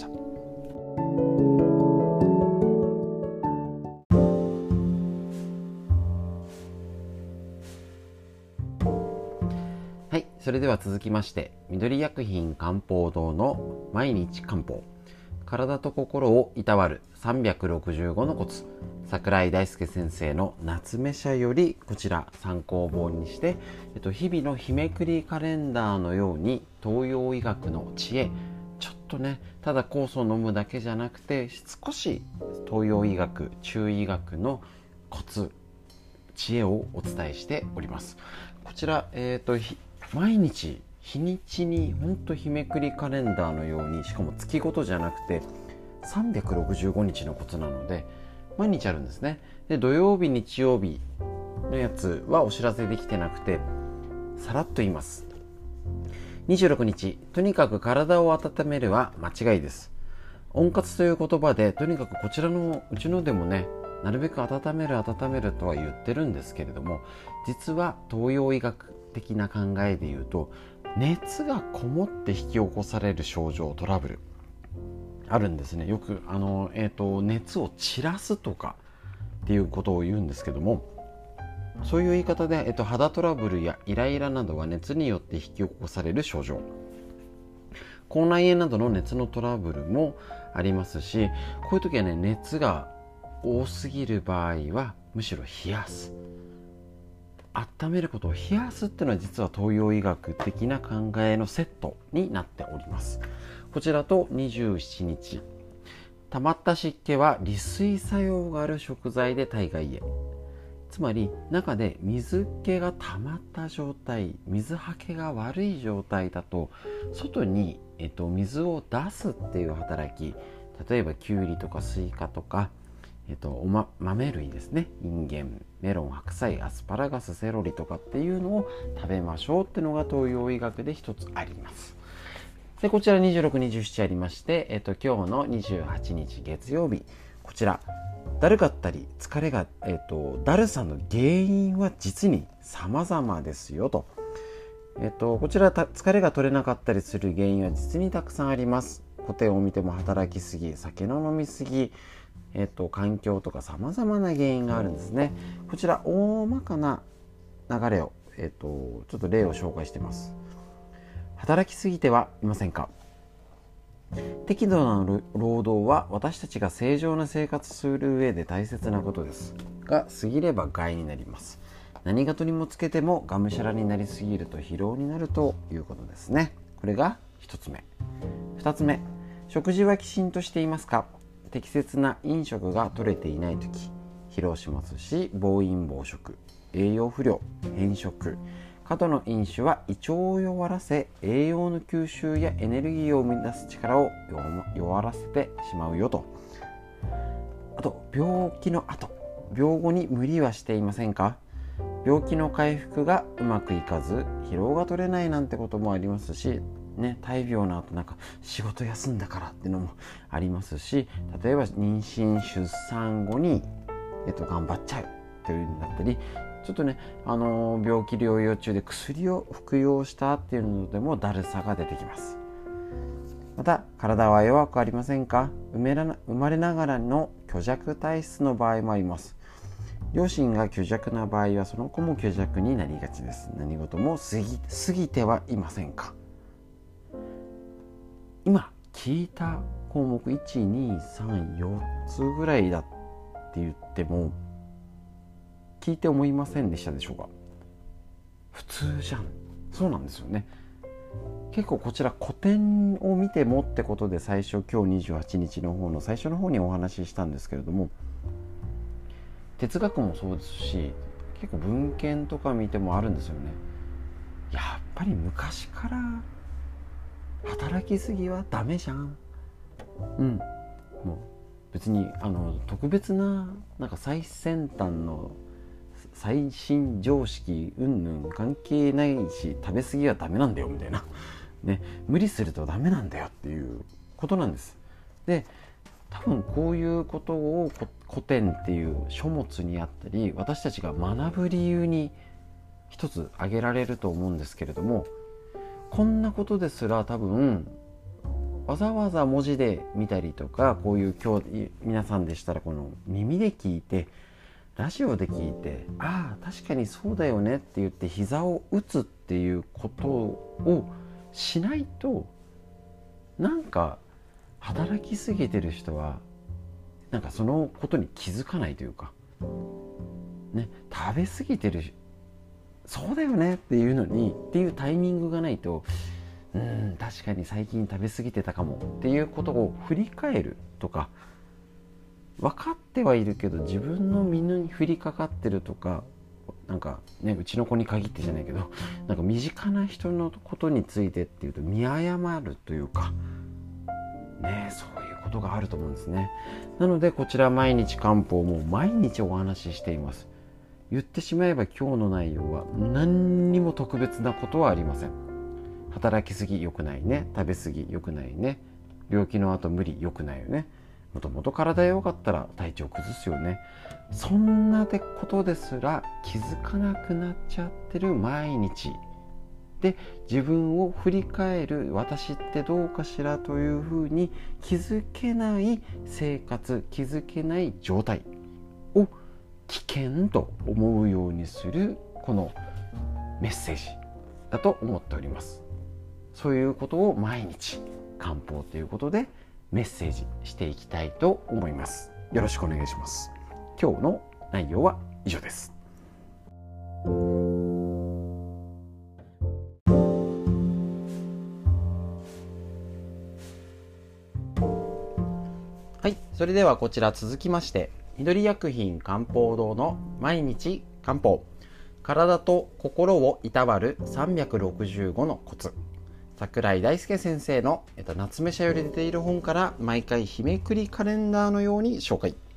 [SPEAKER 1] はい、それでは続きまして、緑薬品漢方堂の毎日漢方、体と心をいたわる365のコツ、櫻井大輔先生の夏目社よりこちら参考本にして、日々の日めくりカレンダーのように東洋医学の知恵、ちょっとね、ただ酵素を飲むだけじゃなくて、少し東洋医学、中医学のコツ、知恵をお伝えしております。こちら、毎日日にちに本当日めくりカレンダーのように、しかも月ごとじゃなくて365日のコツなので毎日あるんですね。で、土曜日日曜日のやつはお知らせできてなくて、さらっと言います。26日、とにかく体を温めるは間違いです。 温活という言葉で、とにかくこちらのうちのでもね、なるべく温めるとは言ってるんですけれども、実は東洋医学的な考えで言うと、熱がこもって引き起こされる症状、トラブルあるんですね。よく熱を散らすとかっていうことを言うんですけども、そういう言い方で、肌トラブルやイライラなどは熱によって引き起こされる症状、口内炎などの熱のトラブルもありますし、こういう時はね、熱が多すぎる場合はむしろ冷やす、温めることを冷やすっていうのは、実は東洋医学的な考えのセットになっております。こちらと27日、溜まった湿気は利水作用がある食材で体外へ、つまり中で水気が溜まった状態、水はけが悪い状態だと、外に、水を出すっていう働き、例えばきゅうりとかスイカとか、豆類ですね、インゲン、メロン、白菜、アスパラガス、セロリとかっていうのを食べましょうっていうのが東洋医学で一つあります。でこちら26、27ありまして、今日の28日月曜日、こちらだるかったり疲れが、だるさの原因は実に様々ですよと。こちら疲れが取れなかったりする原因は実にたくさんあります。古典を見ても働きすぎ、酒の飲みすぎ、環境とか様々な原因があるんですね。こちら大まかな流れを、ちょっと例を紹介しています。働きすぎてはいませんか？適度な労働は私たちが正常な生活する上で大切なことですが、過ぎれば害になります。何事にもつけてもがむしゃらになりすぎると疲労になるということですね。これが1つ目。2つ目、食事はきちんとしていますか？適切な飲食が取れていないとき、疲労しますし、暴飲暴食、栄養不良、偏食、過度の飲酒は胃腸を弱らせ、栄養の吸収やエネルギーを生み出す力を弱らせてしまうよと。あと、病気の後、病後に無理はしていませんか？病気の回復がうまくいかず、疲労が取れないなんてこともありますし、大病の後なんか仕事休んだからっていうのもありますし、例えば妊娠出産後に、頑張っちゃうというんだったり、ちょっとね、病気療養中で薬を服用したっていうのでもだるさが出てきます。また体は弱くありませんか？生まれながらの虚弱体質の場合もあります。両親が虚弱な場合はその子も虚弱になりがちです。何事も過ぎてはいませんか？今聞いた項目 1,2,3,4 つぐらいだって言っても聞いて思いませんでしたでしょうか？普通じゃん。そうなんですよね。結構こちら古典を見てもってことで、今日28日の方の最初の方にお話ししたんですけれども、哲学もそうですし、結構文献とか見てもあるんですよね。やっぱり昔から働きすぎはダメじゃん。もう別に特別ななんか最先端の最新常識云々関係ないし、食べ過ぎはダメなんだよみたいなね、無理するとダメなんだよっていうことなんです。で、多分こういうことを古典っていう書物にあったり、私たちが学ぶ理由に一つ挙げられると思うんですけれども、こんなことですら多分わざわざ文字で見たりとか、こういう今日皆さんでしたらこの耳で聞いて、ラジオで聞いて、ああ確かにそうだよねって言って膝を打つっていうことをしないと、なんか働きすぎてる人はなんかそのことに気づかないというかね、食べ過ぎてる、そうだよねっていうのにっていうタイミングがないと、確かに最近食べ過ぎてたかもっていうことを振り返るとか、分かってはいるけど自分の身に降りかかってるとか、なんかね、うちの子に限ってじゃないけど、なんか身近な人のことについてっていうと見誤るというかね、そういうことがあると思うんですね。なのでこちら毎日漢方も毎日お話ししています。言ってしまえば今日の内容は何にも特別なことはありません。働きすぎ良くないね、食べすぎ良くないね、 病気の後無理良くないよね。もともと体弱かったら体調崩すよね。そんなことですら気づかなくなっちゃってる毎日で、自分を振り返る私ってどうかしらというふうに気づけない生活、気づけない状態を危険と思うようにするこのメッセージだと思っております。そういうことを毎日漢方ということでメッセージしていきたいと思います。よろしくお願いします。今日の内容は以上です。はい、それではこちら続きまして、緑薬品漢方堂の毎日漢方、体と心をいたわる365のコツ、櫻井大輔先生の夏目社より出ている本から毎回日めくりカレンダーのように紹介。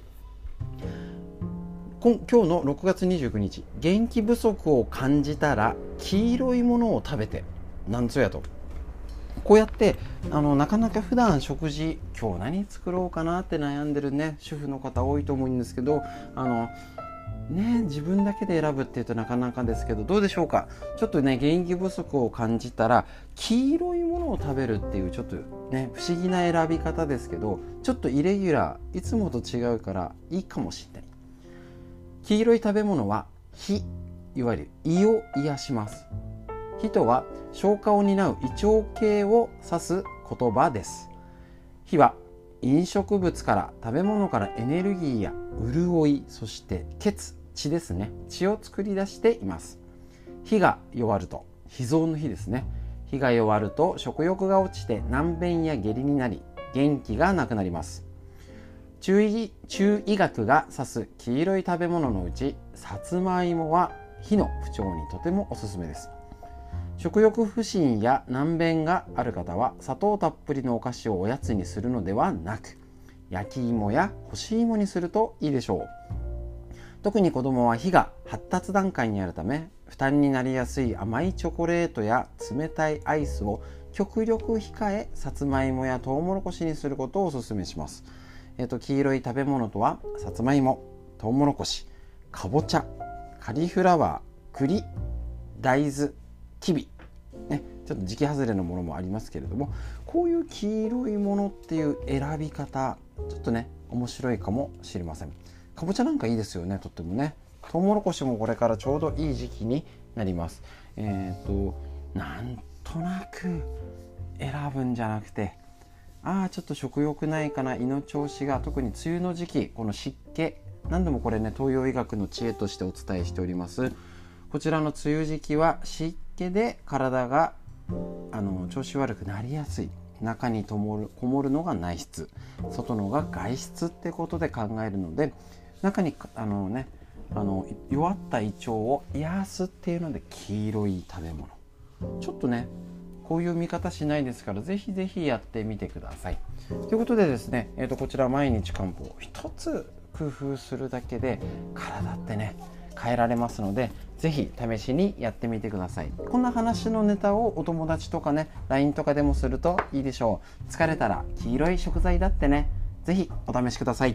[SPEAKER 1] 今日の6月29日、元気不足を感じたら黄色いものを食べてなんぞやと、こうやってなかなか普段食事今日何作ろうかなって悩んでるね主婦の方多いと思うんですけど、自分だけで選ぶっていうとなかなかですけど、どうでしょうか。ちょっとね元気不足を感じたら黄色いものを食べるっていうちょっとね不思議な選び方ですけど、ちょっとイレギュラー、いつもと違うからいいかもしれない。黄色い食べ物は火、いわゆる胃を癒します。火とは消化を担う胃腸系を指す言葉です。火は飲食物から食べ物からエネルギーや潤い、そして血ですね、血を作り出しています。火が弱ると、脾臓の火ですね、火が弱ると食欲が落ちて軟便や下痢になり元気がなくなります。中医学が指す黄色い食べ物のうちさつまいもは火の不調にとてもおすすめです。食欲不振や軟便がある方は砂糖たっぷりのお菓子をおやつにするのではなく、焼き芋や干し芋にするといいでしょう。特に子どもは火が発達段階にあるため、負担になりやすい甘いチョコレートや冷たいアイスを極力控え、さつまいもやとうもろこしにすることをお勧めします。黄色い食べ物とはさつまいも、とうもろこし、かぼちゃ、カリフラワー、栗、大豆、きび、ちょっと時期外れのものもありますけれども、こういう黄色いものっていう選び方ちょっとね面白いかもしれません。かぼちゃなんかいいですよね、とってもね。とうもろこしもこれからちょうどいい時期になります。なんとなく選ぶんじゃなくて、ちょっと食欲ないかな、胃の調子が、特に梅雨の時期、この湿気、何度もこれね東洋医学の知恵としてお伝えしております。こちらの梅雨時期は湿気で体が調子悪くなりやすい。中にこもるのが内室、外のが外室ってことで考えるので、中に弱った胃腸を癒すっていうので黄色い食べ物、ちょっとねこういう見方しないですから、ぜひぜひやってみてください。ということでですね、こちら毎日漢方一つ工夫するだけで体ってね変えられますので、ぜひ試しにやってみてください。こんな話のネタをお友達とかね LINE とかでもするといいでしょう。疲れたら黄色い食材だってね、ぜひお試しください。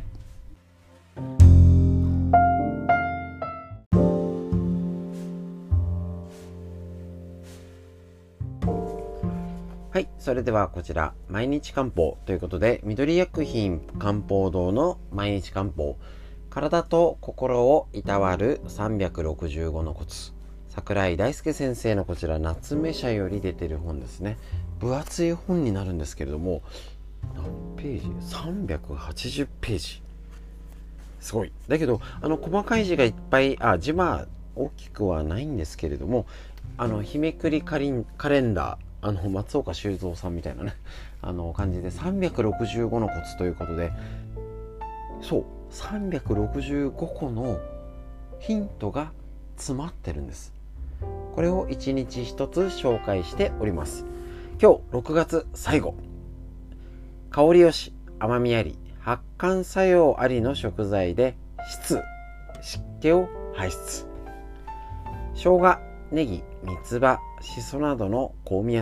[SPEAKER 1] はい、それではこちら毎日漢方ということで、緑薬品漢方堂の毎日漢方、体と心をいたわる365のコツ、櫻井大輔先生のこちら夏目社より出てる本ですね。分厚い本になるんですけれども、何ページ ?380 ページ、すごい。だけど細かい字がいっぱい、字は大きくはないんですけれども、日めくりカレンダー、松岡修造さんみたいなね感じで365のコツということで、そう365個のヒントが詰まってるんです。これを1日1つ紹介しております。今日6月最後、香りよし甘みあり発汗作用ありの食材で湿気を排出。生姜、ネギ、三つ葉、しそなどの香味野菜、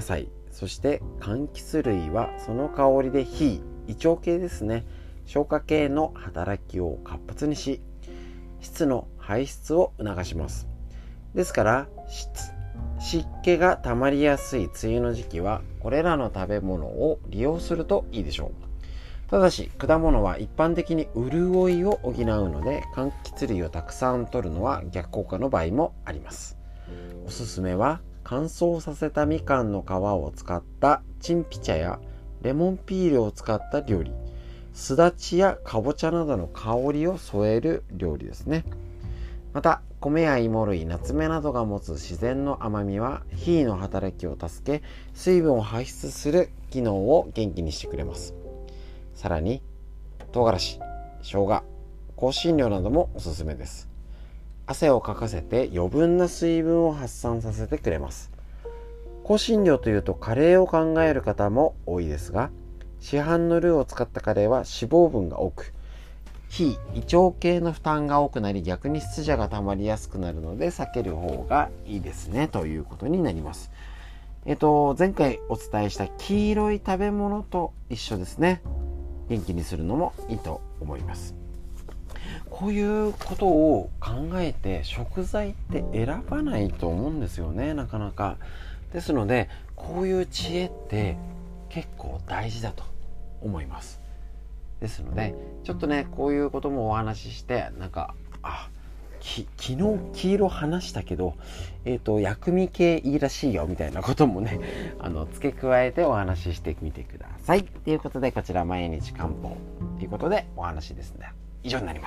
[SPEAKER 1] そして柑橘類はその香りで脾、胃腸系ですね、消化系の働きを活発にし、質の排出を促します。ですから湿気が溜まりやすい梅雨の時期はこれらの食べ物を利用するといいでしょう。ただし果物は一般的に潤いを補うので、柑橘類をたくさん摂るのは逆効果の場合もあります。おすすめは乾燥させたみかんの皮を使ったチンピ茶やレモンピールを使った料理、すだちやかぼちゃなどの香りを添える料理ですね。また米や芋類、ナツメなどが持つ自然の甘みは脾の働きを助け、水分を排出する機能を元気にしてくれます。さらに唐辛子、生姜、香辛料などもおすすめです。汗をかかせて余分な水分を発散させてくれます。香辛料というとカレーを考える方も多いですが、市販のルーを使ったカレーは脂肪分が多く、脾、胃腸系の負担が多くなり、逆に湿邪が溜まりやすくなるので避ける方がいいですねということになります。前回お伝えした黄色い食べ物と一緒ですね。元気にするのもいいと思います。こういうことを考えて食材って選ばないと思うんですよね、なかなか。ですのでこういう知恵って結構大事だと思います。ですのでちょっとね、こういうこともお話しして、昨日黄色話したけど、薬味系いいらしいよみたいなこともね付け加えてお話ししてみてくださいということで、こちら毎日漢方ということでお話ですね、以上になります。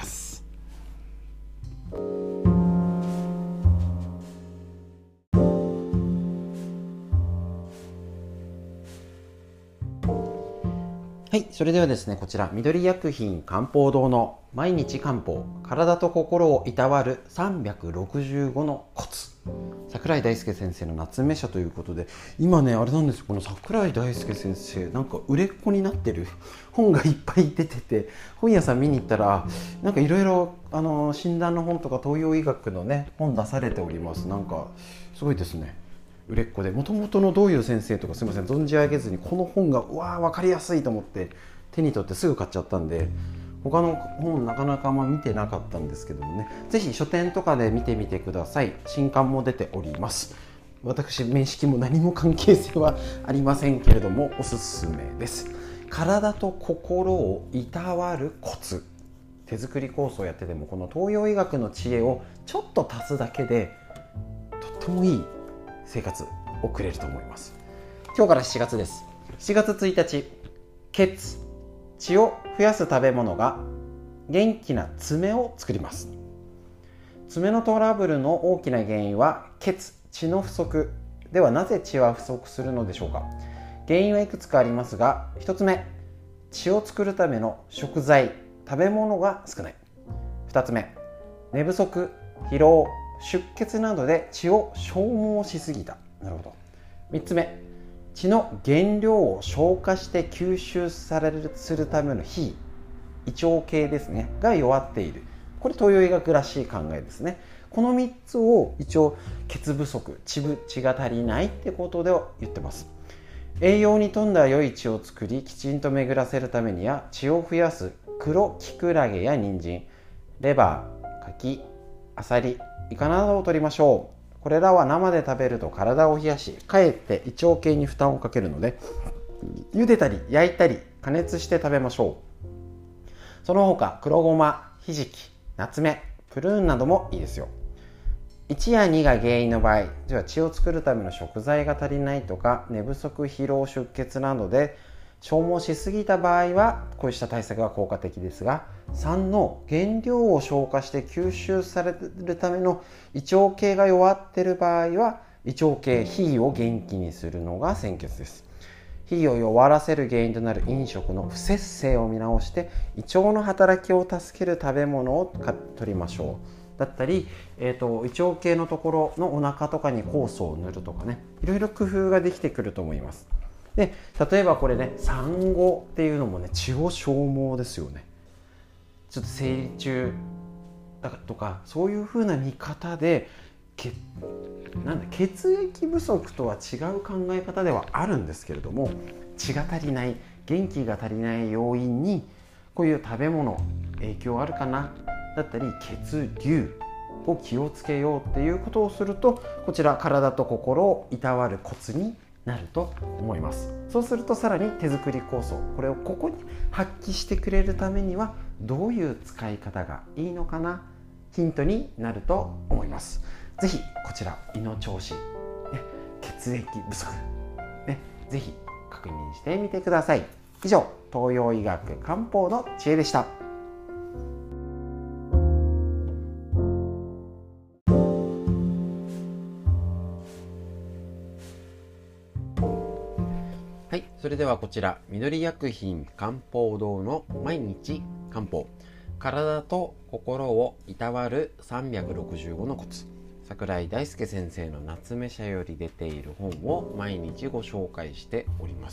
[SPEAKER 1] はい、それではですね、こちら緑薬品漢方堂の毎日漢方、体と心をいたわる365のコツ、櫻井大輔先生の夏目社ということで、今ねあれなんですよ、この櫻井大輔先生なんか売れっ子になってる本がいっぱい出てて、本屋さん見に行ったらなんかいろいろ診断の本とか東洋医学のね本出されております。なんかすごいですね、売れっ子で、もともとのどういう先生とかすいません存じ上げずに、この本が分かりやすいと思って手に取ってすぐ買っちゃったんで、他の本なかなか見てなかったんですけどもね、ぜひ書店とかで見てみてください。新刊も出ております。私面識も何も関係性はありませんけれどもおすすめです。体と心をいたわるコツ、手作り酵素をやっててもこの東洋医学の知恵をちょっと足すだけでとってもいい生活を送れると思います。今日から7月です。7月1日、血を増やす食べ物が元気な爪を作ります。爪のトラブルの大きな原因は血の不足では、なぜ血は不足するのでしょうか。原因はいくつかありますが、1つ目、血を作るための食材、食べ物が少ない。2つ目、寝不足、疲労、出血などで血を消耗しすぎた。なるほど。3つ目、血の原料を消化して吸収するための脾、胃腸系ですねが弱っている。これ東洋医学らしい考えですね。この3つを一応血不足、血が足りないってことでは言ってます。栄養に富んだ良い血を作り、きちんと巡らせるためには、血を増やす黒キクラゲや人参、レバー、柿、アサリ、イカなどを摂りましょう。これらは生で食べると体を冷やし、かえって胃腸系に負担をかけるので、茹でたり焼いたり加熱して食べましょう。その他黒ごま、ひじき、ナツメ、プルーンなどもいいですよ。1や2が原因の場合、では血を作るための食材が足りないとか、寝不足、疲労、出血などで消耗しすぎた場合はこうした対策が効果的ですが、3の原料を消化して吸収されるための胃腸系が弱っている場合は、胃腸系、脾を元気にするのが先決です。脾を弱らせる原因となる飲食の不節制を見直して、胃腸の働きを助ける食べ物を取りましょう。だったり、胃腸系のところのお腹とかに酵素を塗るとかね、いろいろ工夫ができてくると思います。で、例えばこれね、産後っていうのもね、血を消耗ですよね。ちょっと生理中だとか、そういう風な見方で血液不足とは違う考え方ではあるんですけれども、血が足りない、元気が足りない要因にこういう食べ物影響あるかなだったり、血流を気をつけようっていうことをすると、こちら体と心をいたわるコツになると思います。そうするとさらに手作り酵素、これをここに発揮してくれるためにはどういう使い方がいいのかな、ヒントになると思います。ぜひこちら胃の調子、血液不足、ぜひ確認してみてください。以上、東洋医学漢方の知恵でした。はい、それではこちら緑薬品漢方堂の毎日漢方、体と心をいたわる365のコツ、櫻井大輔先生の夏目社より出ている本を毎日ご紹介しております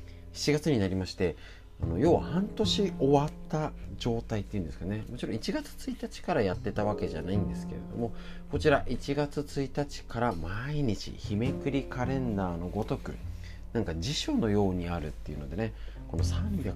[SPEAKER 1] 。7月になりまして、要は半年終わった状態っていうんですかね。もちろん1月1日からやってたわけじゃないんですけれども、こちら1月1日から毎日日めくりカレンダーのごとく、なんか辞書のようにあるっていうのでね、この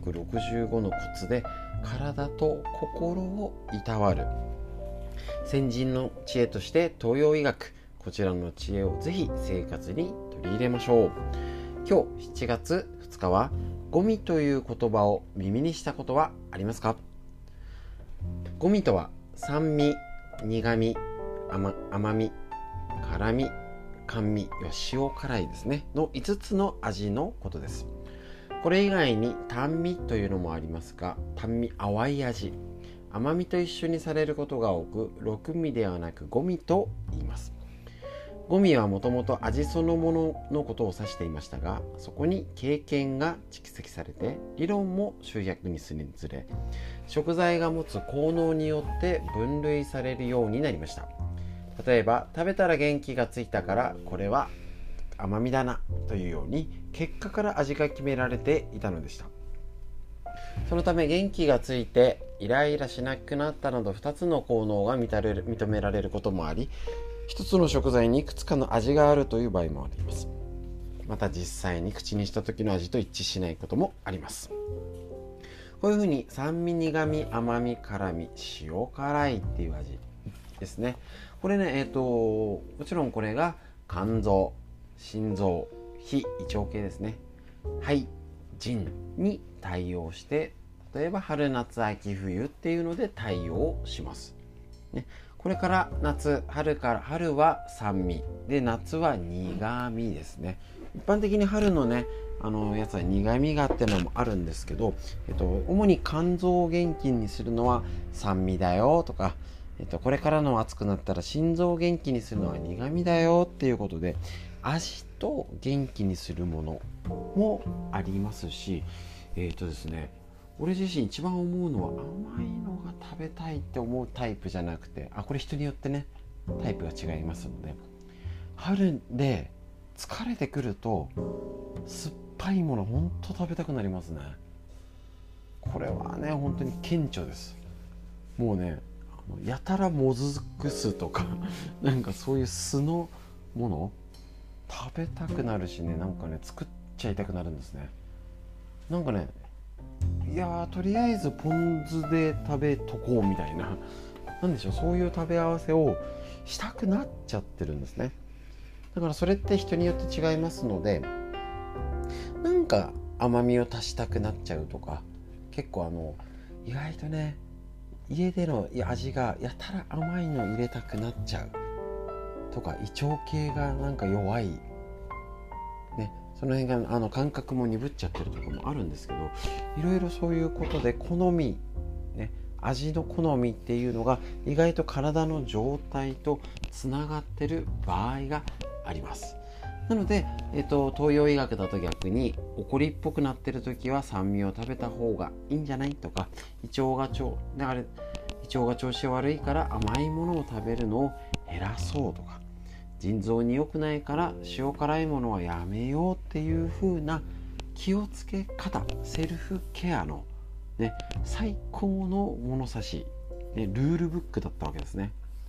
[SPEAKER 1] 365のコツで体と心をいたわる先人の知恵として東洋医学、こちらの知恵をぜひ生活に取り入れましょう。今日7月2日はゴミという言葉を耳にしたことはありますか？ゴミとは酸味、苦味、甘み、辛み、甘味、塩辛いですねの5つの味のことです。これ以外に淡味というのもありますが、淡味、淡い味、甘みと一緒にされることが多く、六味ではなく五味と言います。五味はもともと味そのもののことを指していましたが、そこに経験が蓄積されて理論も集約にするにつれ、食材が持つ効能によって分類されるようになりました。例えば食べたら元気がついたからこれは甘みだなというように結果から味が決められていたのでした。そのため元気がついてイライラしなくなったなど2つの効能が認められることもあり、一つの食材にいくつかの味があるという場合もあります。また実際に口にした時の味と一致しないこともあります。こういうふうに酸味、苦味、甘み、辛み、塩辛いっていう味ですね。これね、もちろんこれが肝臓、心臓、非胃腸系ですね。肺、腎に対応して、例えば春夏秋冬っていうので対応します、ね。これから春は酸味で、夏は苦味ですね。一般的に春のねやつは苦味がってのもあるんですけど、主に肝臓を元気にするのは酸味だよとか、これからの暑くなったら心臓を元気にするのは苦味だよっていうことで、味と元気にするものもありますし、ですね、俺自身一番思うのは甘いのが食べたいって思うタイプじゃなくて、これ人によってねタイプが違いますので、春で疲れてくると酸っぱいものほんと食べたくなりますね。これはね本当に顕著です。もうねやたらもずく酢とかなんかそういう酢のもの食べたくなるしね、なんかね作っちゃいたくなるんですね。なんかね、いやとりあえずポン酢で食べとこうみたいな、なんでしょう、そういう食べ合わせをしたくなっちゃってるんですね。だからそれって人によって違いますので、なんか甘みを足したくなっちゃうとか、結構意外とね家での味がやたら甘いの入れたくなっちゃうとか、胃腸系がなんか弱いね、その辺が感覚も鈍っちゃってるとかもあるんですけど、いろいろそういうことで好み、ね、味の好みっていうのが意外と体の状態とつながってる場合があります。なので、東洋医学だと逆に怒りっぽくなってる時は酸味を食べた方がいいんじゃないとか、胃腸が調子悪いから甘いものを食べるのを減らそうとか、腎臓に良くないから塩辛いものはやめようっていう風な気をつけ方、セルフケアの、ね、最高の物差し、ね、ルールブックだったわけですね。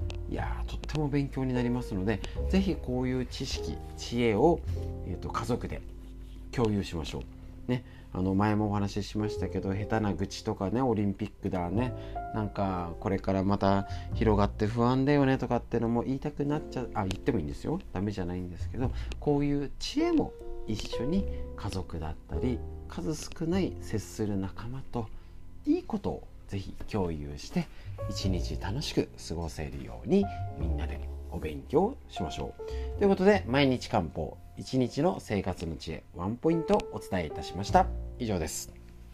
[SPEAKER 1] いやとっても勉強になりますので、ぜひこういう知識知恵を、家族で共有しましょうね。前もお話ししましたけど、下手な愚痴とかね、オリンピックだね、なんかこれからまた広がって不安だよねとかってのも言いたくなっちゃう、言ってもいいんですよ、ダメじゃないんですけど、こういう知恵も一緒に家族だったり数少ない接する仲間といいことをぜひ共有して一日楽しく過ごせるようにみんなでお勉強しましょうということで、毎日漢方一日の生活の知恵ワンポイントお伝えいたしました。以上です。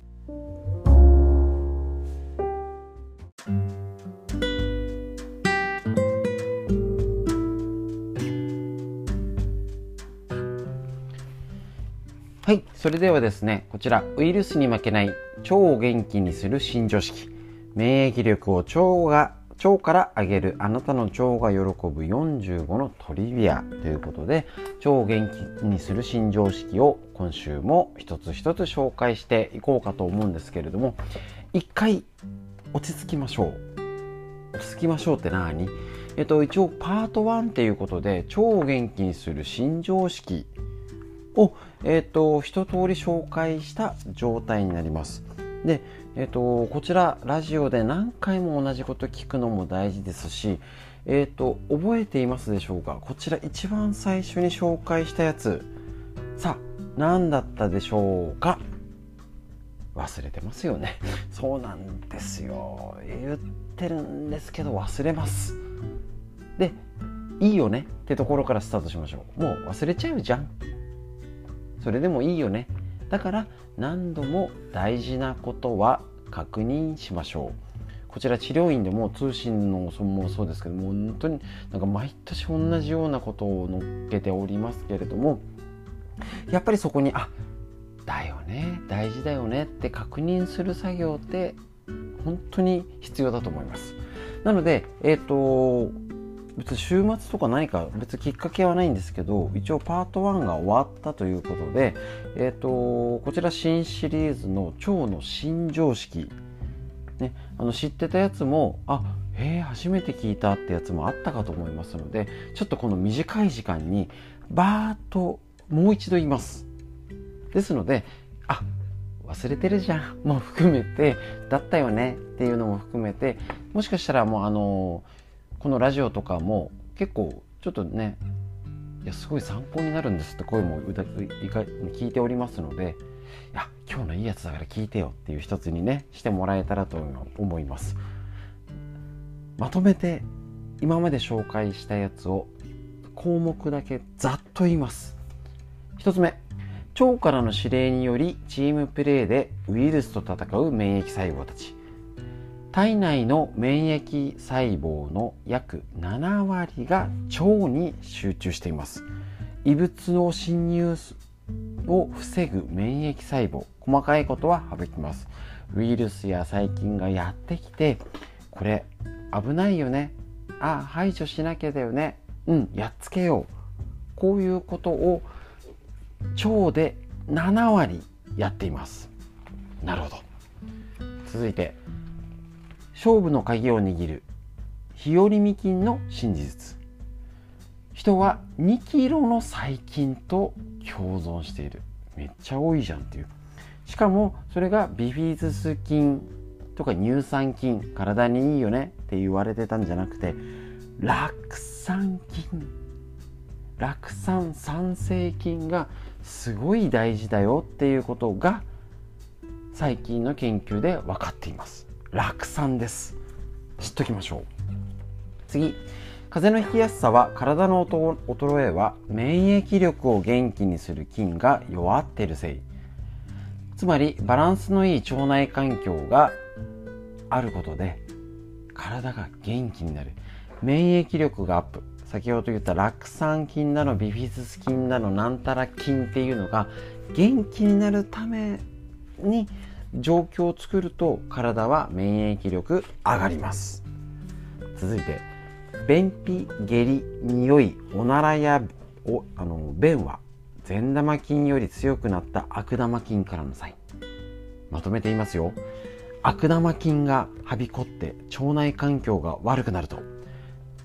[SPEAKER 1] はい、それではですね、こちらウイルスに負けない腸を元気にする新常識、免疫力を腸から上げるあなたの腸が喜ぶ45のトリビアということで、腸を元気にする新常識を今週も一つ一つ紹介していこうかと思うんですけれども、一回落ち着きましょう。落ち着きましょうって何？一応パート1ということで、腸を元気にする新常識を、一通り紹介した状態になります。で、こちらラジオで何回も同じこと聞くのも大事ですし、覚えていますでしょうか？こちら一番最初に紹介したやつ、さあ何だったでしょうか？忘れてますよね。そうなんですよ。言ってるんですけど忘れます。で、いいよねってところからスタートしましょう。もう忘れちゃうじゃん。それでもいいよね。だから何度も大事なことは確認しましょう。こちら治療院でも通信のもそうですけども、本当になんか毎年同じようなことを載っけておりますけれども、やっぱりそこにだよね、大事だよねって確認する作業って本当に必要だと思います。なので別に週末とか何か別にきっかけはないんですけど、一応パート1が終わったということで、こちら新シリーズの腸の新常識、ね、知ってたやつも初めて聞いたってやつもあったかと思いますので、ちょっとこの短い時間にバーッともう一度言います。ですので忘れてるじゃんも含めて、だったよねっていうのも含めて、もしかしたらもうこのラジオとかも結構ちょっとね、すごい参考になるんですって声も聞いておりますので、今日のいいやつだから聞いてよっていう一つにねしてもらえたらと思います。まとめて今まで紹介したやつを項目だけざっと言います。一つ目、腸からの指令によりチームプレーでウイルスと戦う免疫細胞たち。体内の免疫細胞の約7割が腸に集中しています。異物の侵入を防ぐ免疫細胞、細かいことは省きます。ウイルスや細菌がやってきて、これ危ないよね、排除しなきゃだよね、やっつけよう、こういうことを腸で7割やっています。なるほど。続いて勝負の鍵を握る日和見菌の真実。人は2キロの細菌と共存している。めっちゃ多いじゃんっていう。しかもそれがビフィズス菌とか乳酸菌、体にいいよねって言われてたんじゃなくて、酪酸菌、酪酸産生菌がすごい大事だよっていうことが最近の研究で分かっています。酪酸です。知っときましょう。次、風邪のひきやすさは体の衰えは免疫力を元気にする菌が弱っているせい。つまりバランスのいい腸内環境があることで体が元気になる。免疫力がアップ。先ほど言った酪酸菌だのビフィズス菌だのなんたら菌っていうのが元気になるために状況を作ると体は免疫力上がります。続いて、便秘、下痢、匂い、おならや便は善玉菌より強くなった悪玉菌からのサイン。まとめて言いますよ。悪玉菌がはびこって腸内環境が悪くなると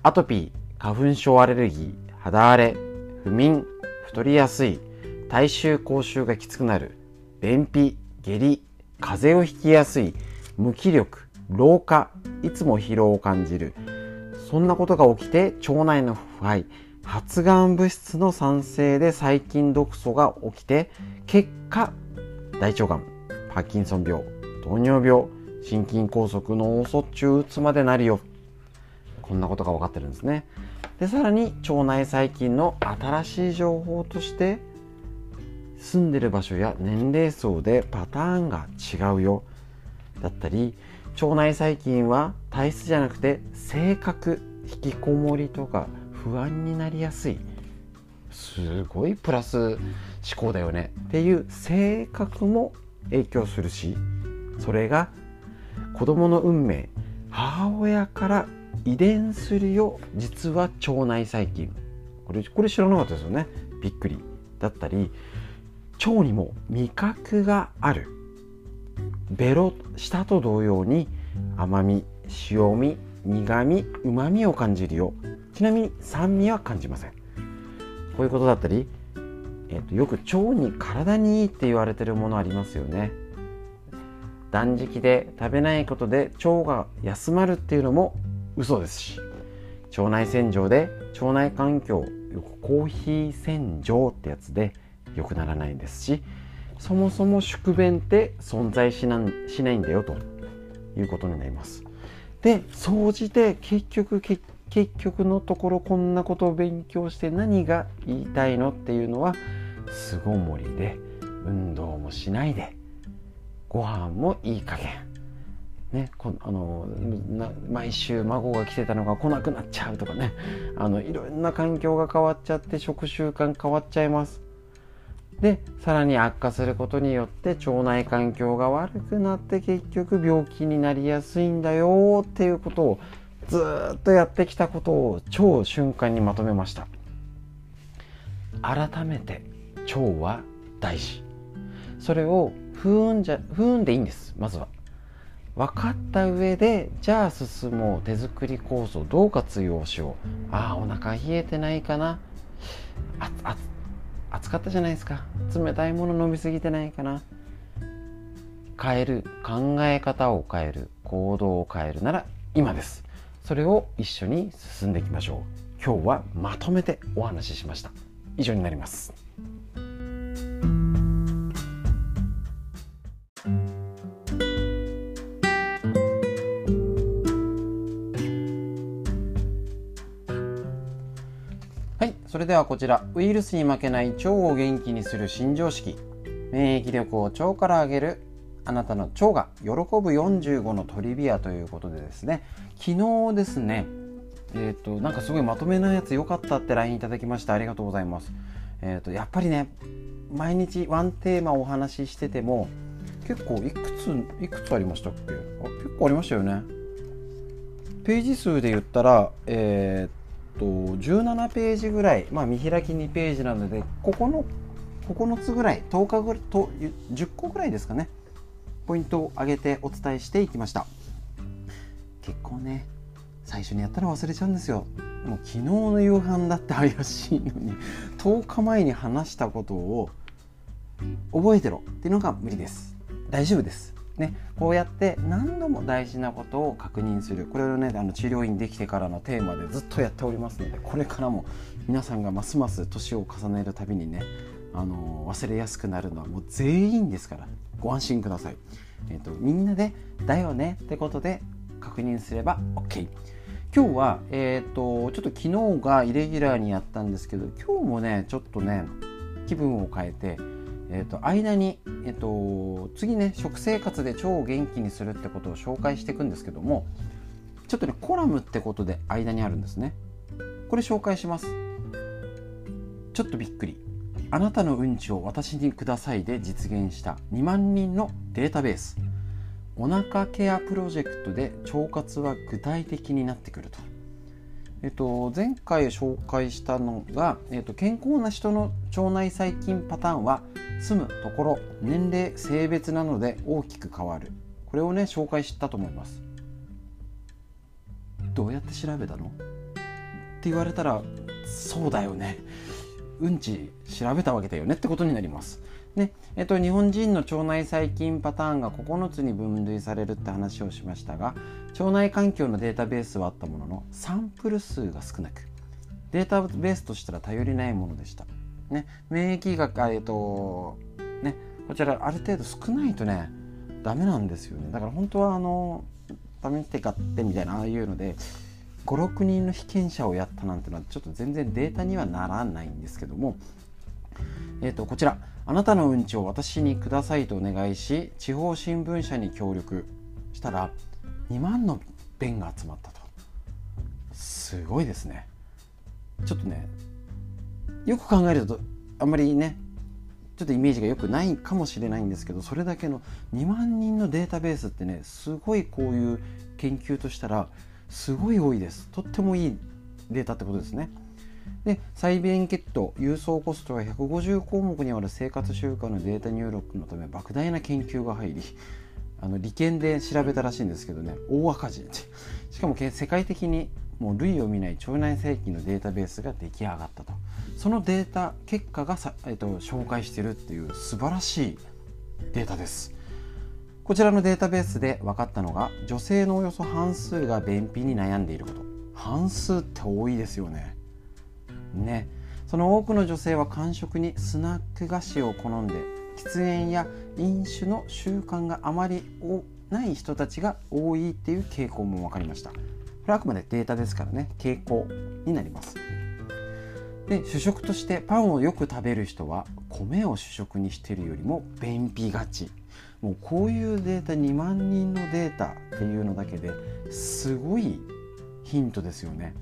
[SPEAKER 1] アトピー、花粉症アレルギー、肌荒れ、不眠、太りやすい、体臭口臭がきつくなる、便秘、下痢、風邪をひきやすい、無気力、老化、いつも疲労を感じる、そんなことが起きて腸内の腐敗、発がん物質の産生で細菌毒素が起きて、結果大腸がん、パーキンソン病、糖尿病、心筋梗塞、脳卒中、うつまでなるよ。こんなことが分かってるんですね。でさらに腸内細菌の新しい情報として、住んでる場所や年齢層でパターンが違うよだったり、腸内細菌は体質じゃなくて性格、引きこもりとか不安になりやすい、すごいプラス思考だよねっていう性格も影響するし、それが子供の運命、母親から遺伝するよ、実は腸内細菌、これ知らなかったですよね。びっくりだったり、腸にも味覚がある、舌と同様に甘み、塩味、苦味、旨味を感じるよ。ちなみに酸味は感じません。こういうことだったり、よく腸に体にいいって言われてるものありますよね。断食で食べないことで腸が休まるっていうのも嘘ですし、腸内洗浄で腸内環境、よくコーヒー洗浄ってやつで良くならないんですし、そもそも宿便って存在しないんだよということになります。で、総じて結局のところ、こんなことを勉強して何が言いたいのっていうのは、巣ごもりで運動もしないで、ご飯もいい加減ね、毎週孫が来てたのが来なくなっちゃうとかね、いろんな環境が変わっちゃって食習慣変わっちゃいます。でさらに悪化することによって腸内環境が悪くなって、結局病気になりやすいんだよっていうことをずっとやってきたことを超瞬間にまとめました。改めて腸は大事、それを不運でいいんです。まずは分かった上で、じゃあ進もう、手作り酵素どう活用しよう、お腹冷えてないかな、暑かったじゃないですか、冷たいもの飲みすぎてないかな、変える、考え方を変える、行動を変えるなら今です。それを一緒に進んでいきましょう。今日はまとめてお話ししました。以上になります。はい、それではこちら、ウイルスに負けない腸を元気にする新常識、免疫力を腸から上げるあなたの腸が喜ぶ45のトリビアということでですね、昨日ですね、なんかすごいまとめのやつ良かったって LINE いただきました。ありがとうございます。やっぱりね、毎日ワンテーマお話ししてても結構いくつありましたっけ？結構ありましたよね。ページ数で言ったら17ページぐらい、見開き2ページなので9つぐらい、10日ぐらいと10個ぐらいですかね、ポイントを上げてお伝えしていきました。結構ね、最初にやったら忘れちゃうんですよ。もう昨日の夕飯だって怪しいのに10日前に話したことを覚えてろっていうのが無理です。大丈夫ですね。こうやって何度も大事なことを確認する、これをね、治療院できてからのテーマでずっとやっておりますので、これからも皆さんがますます年を重ねるたびにね、忘れやすくなるのはもう全員ですから、ご安心ください。みんなでだよねってことで確認すれば OK。 今日はちょっと昨日がイレギュラーにやったんですけど、今日もねちょっとね気分を変えて、間に、次ね、食生活で腸を元気にするってことを紹介していくんですけども、ちょっとねコラムってことで間にあるんですね。これ紹介します。ちょっとびっくり、あなたのうんちを私にくださいで実現した2万人のデータベース、お腹ケアプロジェクトで腸活は具体的になってくると。前回紹介したのが、健康な人の腸内細菌パターンは住むところ、年齢、性別なので大きく変わる。これをね紹介したと思います。どうやって調べたの？ って言われたらそうだよね、うんち調べたわけだよねってことになります。で、日本人の腸内細菌パターンが9つに分類されるって話をしましたが、腸内環境のデータベースはあったもののサンプル数が少なく、データベースとしたら頼りないものでした。ね、免疫学こちらある程度少ないとねダメなんですよね。だから本当は試して買ってみたいなああいうので5、6人の被験者をやったなんてのはちょっと全然データにはならないんですけども、こちらあなたのうんちを私にくださいとお願いし、地方新聞社に協力したら2万の便が集まったと。すごいですね。ちょっとねよく考えるとあんまりねちょっとイメージが良くないかもしれないんですけど、それだけの2万人のデータベースってねすごいこういう研究としたらすごい多いです。とってもいいデータってことですね。で、細便血統郵送コストが150項目にある生活習慣のデータ入力のため莫大な研究が入り、理研で調べたらしいんですけどね、大赤字。しかも世界的にもう類を見ない腸内細菌のデータベースが出来上がったと。そのデータ結果が紹介しているっていう素晴らしいデータです。こちらのデータベースで分かったのが、女性のおよそ半数が便秘に悩んでいること。半数って多いですよね。その多くの女性は間食にスナック菓子を好んで、喫煙や飲酒の習慣があまりない人たちが多いっていう傾向も分かりました。これはあくまでデータですからね、傾向になります。で、主食としてパンをよく食べる人は米を主食にしているよりも便秘がち。もうこういうデータ、2万人のデータっていうのだけですごいヒントですよね。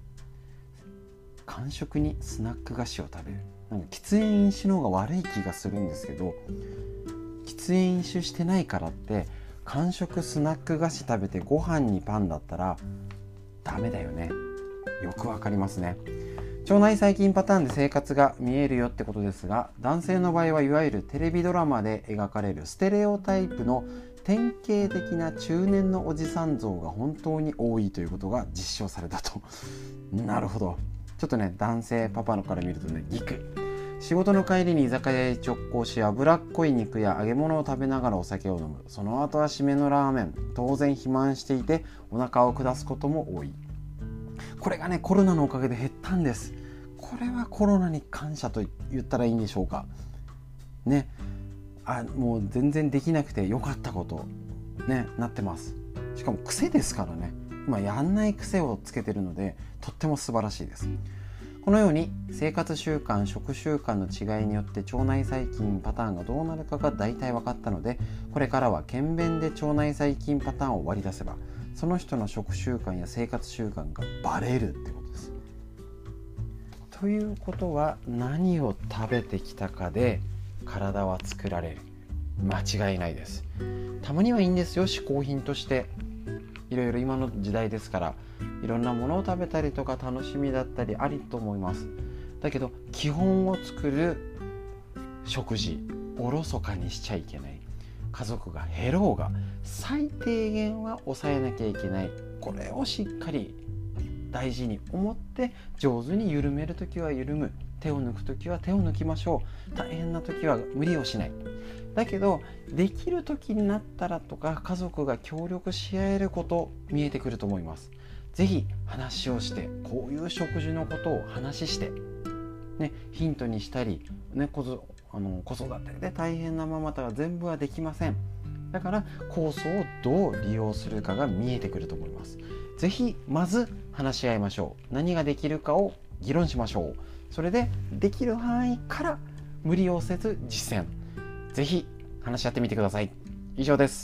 [SPEAKER 1] 間食にスナック菓子を食べる、なんか喫煙飲酒の方が悪い気がするんですけど、喫煙飲酒してないからって間食スナック菓子食べてご飯にパンだったらダメだよね。よくわかりますね。腸内細菌パターンで生活が見えるよってことですが、男性の場合はいわゆるテレビドラマで描かれるステレオタイプの典型的な中年のおじさん像が本当に多いということが実証されたと。なるほど。ちょっとね、男性パパのから見るとね、ギク。仕事の帰りに居酒屋へ直行し、脂っこい肉や揚げ物を食べながらお酒を飲む。その後は締めのラーメン。当然肥満していてお腹を下すことも多い。これがね、コロナのおかげで減ったんです。これはコロナに感謝と言ったらいいんでしょうかね。もう全然できなくてよかったことね、なってます。しかも癖ですからね。今やんない癖をつけてるのでとっても素晴らしいです。このように生活習慣、食習慣の違いによって腸内細菌パターンがどうなるかが大体分かったので、これからは検便で腸内細菌パターンを割り出せば、その人の食習慣や生活習慣がバレるってことです。ということは、何を食べてきたかで体は作られる。間違いないです。たまにはいいんですよ、嗜好品として。いろいろ今の時代ですから、いろんなものを食べたりとか楽しみだったりありと思います。だけど基本を作る食事おろそかにしちゃいけない。家族が減ろうが最低限は抑えなきゃいけない。これをしっかり大事に思って上手に緩めるときは緩む、手を抜くときは手を抜きましょう。大変なときは無理をしない。だけどできる時になったらとか、家族が協力し合えること見えてくると思います。ぜひ話をして、こういう食事のことを話して、ヒントにしたり、子育てで大変なママとは全部はできません。だから酵素をどう利用するかが見えてくると思います。ぜひまず話し合いましょう。何ができるかを議論しましょう。それでできる範囲から無理をせず実践。ぜひ話し合ってみてください。以上です。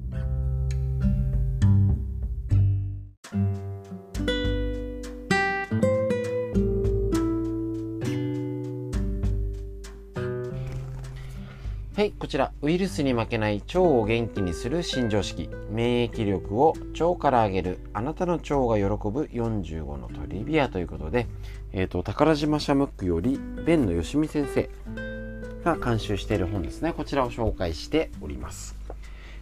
[SPEAKER 1] はい、こちらウイルスに負けない腸を元気にする新常識、免疫力を腸から上げるあなたの腸が喜ぶ45のトリビアということで、宝島社ムックより弁野よしみ先生が監修している本ですね。こちらを紹介しております。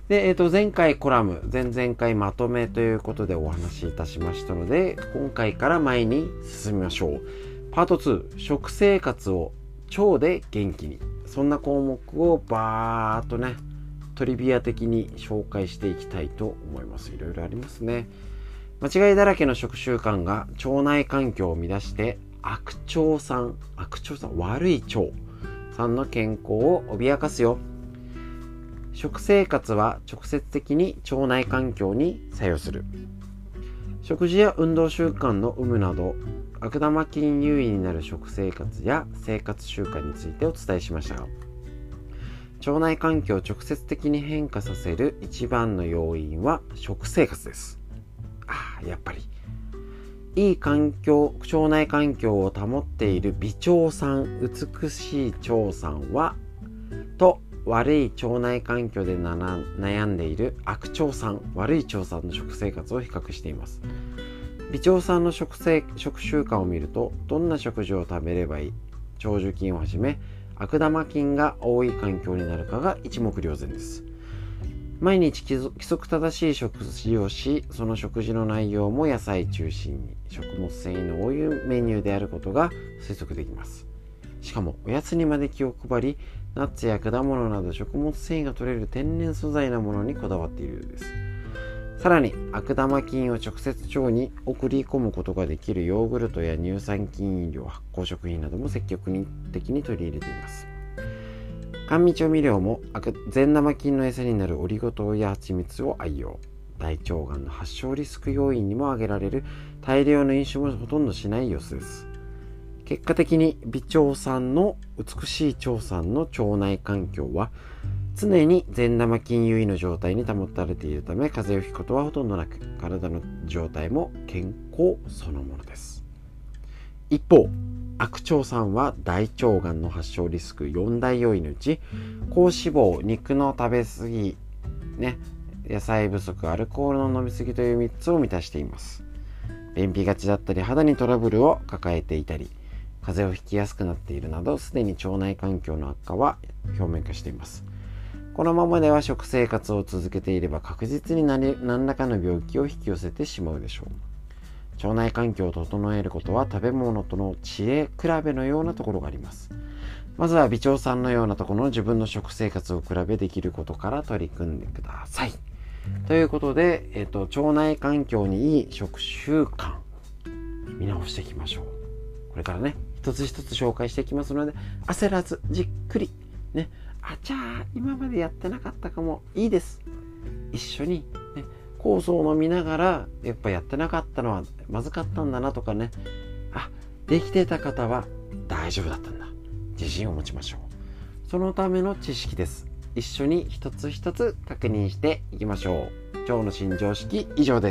[SPEAKER 1] で、前回コラム、前々回まとめということでお話しいたしましたので、今回から前に進みましょう。パート2、食生活を腸で元気に。そんな項目をバーっとね、トリビア的に紹介していきたいと思います。いろいろありますね。間違いだらけの食習慣が腸内環境を乱して悪腸さん、悪い腸さんの健康を脅かすよ。食生活は直接的に腸内環境に作用する。食事や運動習慣の有無など悪玉菌優位になる食生活や生活習慣についてお伝えしましたが、腸内環境を直接的に変化させる一番の要因は食生活です。やっぱりいい腸内環境を保っている美腸さん、美しい腸さんはと悪い腸内環境で悩んでいる悪腸さん、悪い腸さんの食生活を比較しています。美腸さんの食習慣を見ると、どんな食事を食べればいい、長寿菌をはじめ悪玉菌が多い環境になるかが一目瞭然です。毎日規則正しい食事をし、その食事の内容も野菜中心に食物繊維の多いメニューであることが推測できます。しかもおやつにまで気を配り、ナッツや果物など食物繊維が取れる天然素材なものにこだわっているようです。さらに悪玉菌を直接腸に送り込むことができるヨーグルトや乳酸菌飲料、発酵食品なども積極的に取り入れています。甘味調味料も善玉菌の餌になるオリゴ糖や蜂蜜を愛用。大腸がんの発症リスク要因にも挙げられる大量の飲酒もほとんどしない様子です。結果的に美腸さんの美しい腸さんの腸内環境は常に善玉菌優位の状態に保たれているため、風邪をひくことはほとんどなく、体の状態も健康そのものです。一方、悪腸さんは大腸がんの発症リスク4大要因のうち、高脂肪、肉の食べ過ぎ、野菜不足、アルコールの飲み過ぎという3つを満たしています。便秘がちだったり、肌にトラブルを抱えていたり、風邪をひきやすくなっているなど、すでに腸内環境の悪化は表面化しています。このままでは食生活を続けていれば確実に何らかの病気を引き寄せてしまうでしょう。腸内環境を整えることは食べ物との知恵比べのようなところがあります。まずは美腸さんのようなところの自分の食生活を比べできることから取り組んでください。ということで、腸内環境にいい食習慣見直していきましょう。これからね、一つ一つ紹介していきますので、焦らずじっくりね、じゃあ今までやってなかったかも、いいです。一緒にね、酵素を飲みながらやっぱやってなかったのはまずかったんだなとかね、できてた方は大丈夫だったんだ、自信を持ちましょう。そのための知識です。一緒に一つ一つ確認していきましょう。腸の新常識、以上です。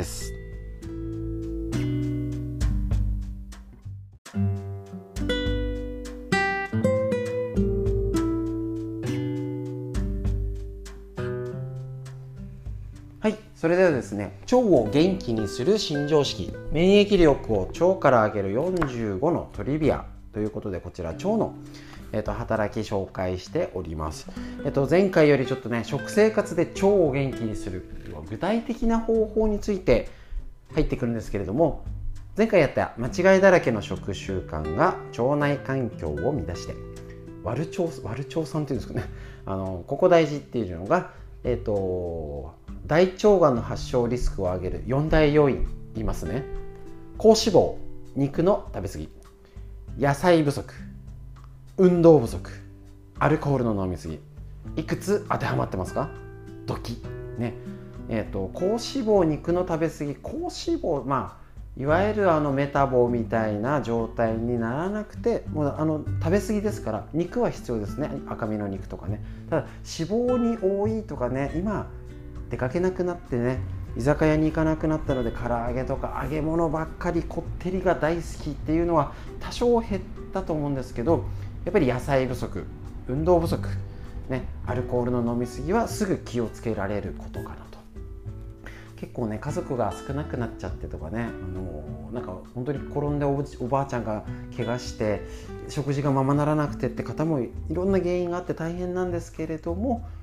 [SPEAKER 1] はい、それではですね、腸を元気にする新常識、免疫力を腸から上げる45のトリビアということで、こちら腸の、働き紹介しております。前回よりちょっとね、食生活で腸を元気にする具体的な方法について入ってくるんですけれども、前回やった間違いだらけの食習慣が腸内環境を乱して悪腸さんっていうんですかね、ここ大事っていうのが、大腸がんの発症リスクを上げる4大要因言いますね。高脂肪、肉の食べ過ぎ、野菜不足、運動不足、アルコールの飲み過ぎ。いくつ当てはまってますか？ドキね。高脂肪、肉の食べ過ぎ、高脂肪、いわゆるメタボみたいな状態にならなくて、もう食べ過ぎですから、肉は必要ですね。赤身の肉とかね。ただ脂肪に多いとかね、今出かけなくなってね、居酒屋に行かなくなったので唐揚げとか揚げ物ばっかり、こってりが大好きっていうのは多少減ったと思うんですけど、やっぱり野菜不足、運動不足、アルコールの飲み過ぎはすぐ気をつけられることかなと。結構ね、家族が少なくなっちゃってとかね、なんか本当に転んでおばあちゃんが怪我して食事がままならなくてって方もいろんな原因があって大変なんですけれども、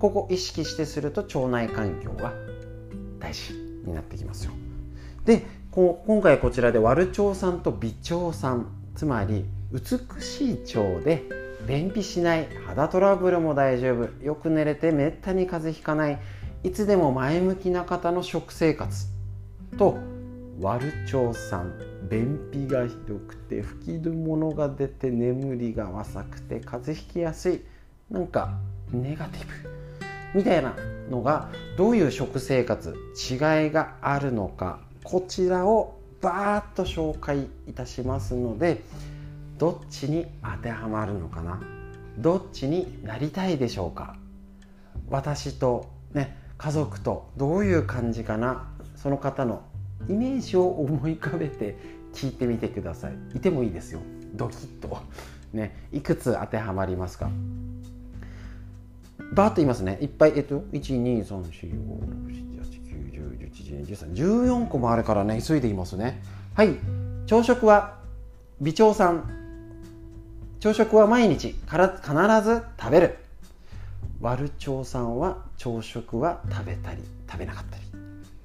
[SPEAKER 1] ここ意識してすると腸内環境が大事になってきますよ。で、今回こちらでワル腸酸と微腸酸、つまり美しい腸で便秘しない、肌トラブルも大丈夫、よく寝れてめったに風邪ひかない、いつでも前向きな方の食生活と、ワル腸酸、便秘がひどくて吹き物が出て眠りが浅くて風邪ひきやすい、なんかネガティブみたいなのがどういう食生活違いがあるのか、こちらをバーッと紹介いたしますので、どっちに当てはまるのかな、どっちになりたいでしょうか、私とね、家族とどういう感じかな、その方のイメージを思い浮かべて聞いてみてください。いてもいいですよ、ドキッとね、いくつ当てはまりますか。バーッと言いますね。いっぱい、1,2,3,4,5,6,7,8,9,10,11,12,13,14 個もあるからね、急いで言いますね。はい、朝食は微腸酸。朝食は毎日必ず食べる。ワル腸酸は朝食は食べたり食べなかったり。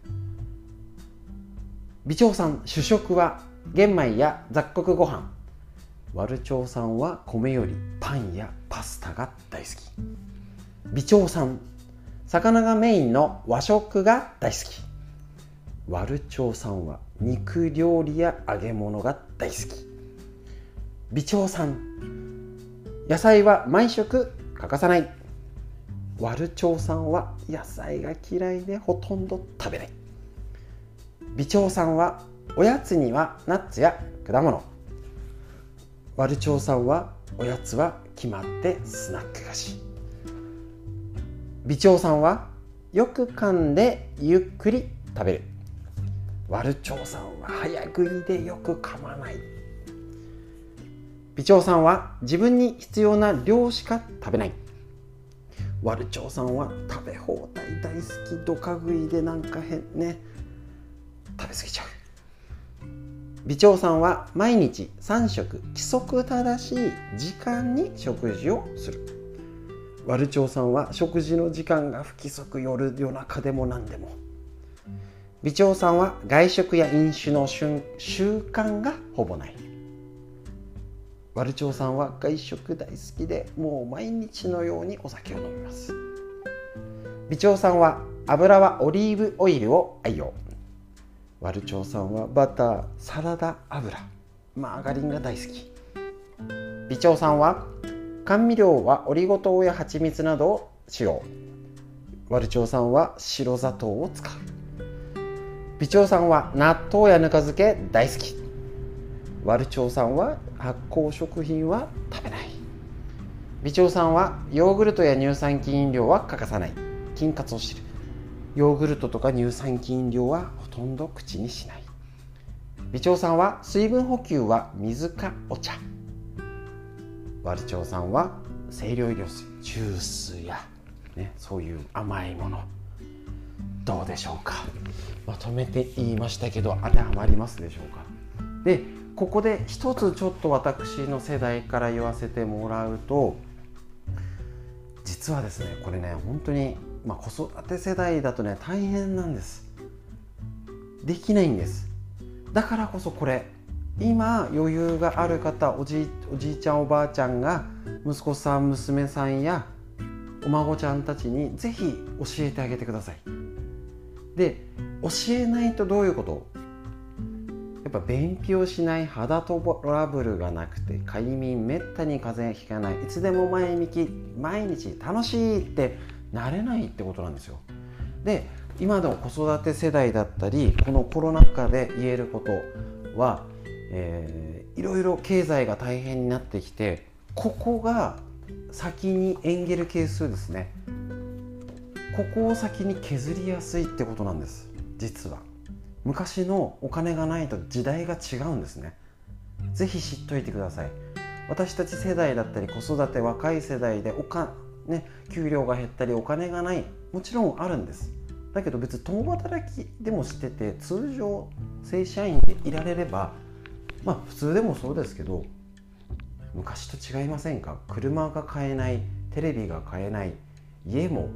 [SPEAKER 1] 微腸酸、主食は玄米や雑穀ご飯。ワル腸酸は米よりパンやパスタが大好き。微腸酸、魚がメインの和食が大好き。ワル腸酸は肉料理や揚げ物が大好き。微腸酸、野菜は毎食欠かさない。ワル腸酸は野菜が嫌いでほとんど食べない。微腸酸はおやつにはナッツや果物。ワル腸酸はおやつは決まってスナック菓子。微腸酸はよく噛んでゆっくり食べる。ワル腸酸は早食いでよく噛まない。微腸酸は自分に必要な量しか食べない。ワル腸酸は食べ放題大好き、ドカ食いでなんか変ね、食べ過ぎちゃう。微腸酸は毎日3食規則正しい時間に食事をする。ワル腸酸は食事の時間が不規則、夜中でも何でも。微腸酸は外食や飲酒の習慣がほぼない。ワル腸酸は外食大好きでもう毎日のようにお酒を飲みます。微腸酸は油はオリーブオイルを愛用。ワル腸酸はバター、サラダ油、マーガリンが大好き。微腸酸は甘味料はオリゴ糖や蜂蜜などを使用。ワル腸酸は白砂糖を使う。微腸酸は納豆やぬか漬け大好き。ワル腸酸は発酵食品は食べない。微腸酸はヨーグルトや乳酸菌飲料は欠かさない。菌活を知る。ヨーグルトとか乳酸菌飲料はほとんど口にしない。微腸酸は水分補給は水かお茶。ワル腸酸は清涼飲料水、ジュースや、ね、そういう甘いもの。どうでしょうか。まとめて言いましたけど当てはまりますでしょうか。で、ここで一つちょっと私の世代から言わせてもらうと、実はですね、これね、本当に、子育て世代だとね、大変なんです。できないんです。だからこそこれ、今余裕がある方、おじいちゃんおばあちゃんが息子さん娘さんやお孫ちゃんたちにぜひ教えてあげてください。で、教えないとどういうこと？やっぱ便秘をしない、肌トラブルがなくて、快眠、めったに風邪ひかない、いつでも前向き、毎日楽しいってなれないってことなんですよ。で、今の子育て世代だったり、このコロナ禍で言えることは、いろいろ経済が大変になってきて、ここが先にエンゲル係数ですね。ここを先に削りやすいってことなんです。実は昔のお金がないと時代が違うんですね。ぜひ知っといてください。私たち世代だったり子育て若い世代で給料が減ったりお金がない、もちろんあるんです。だけど別に共働きでもしてて、通常正社員でいられれば、普通でもそうですけど、昔と違いませんか？車が買えない、テレビが買えない、家も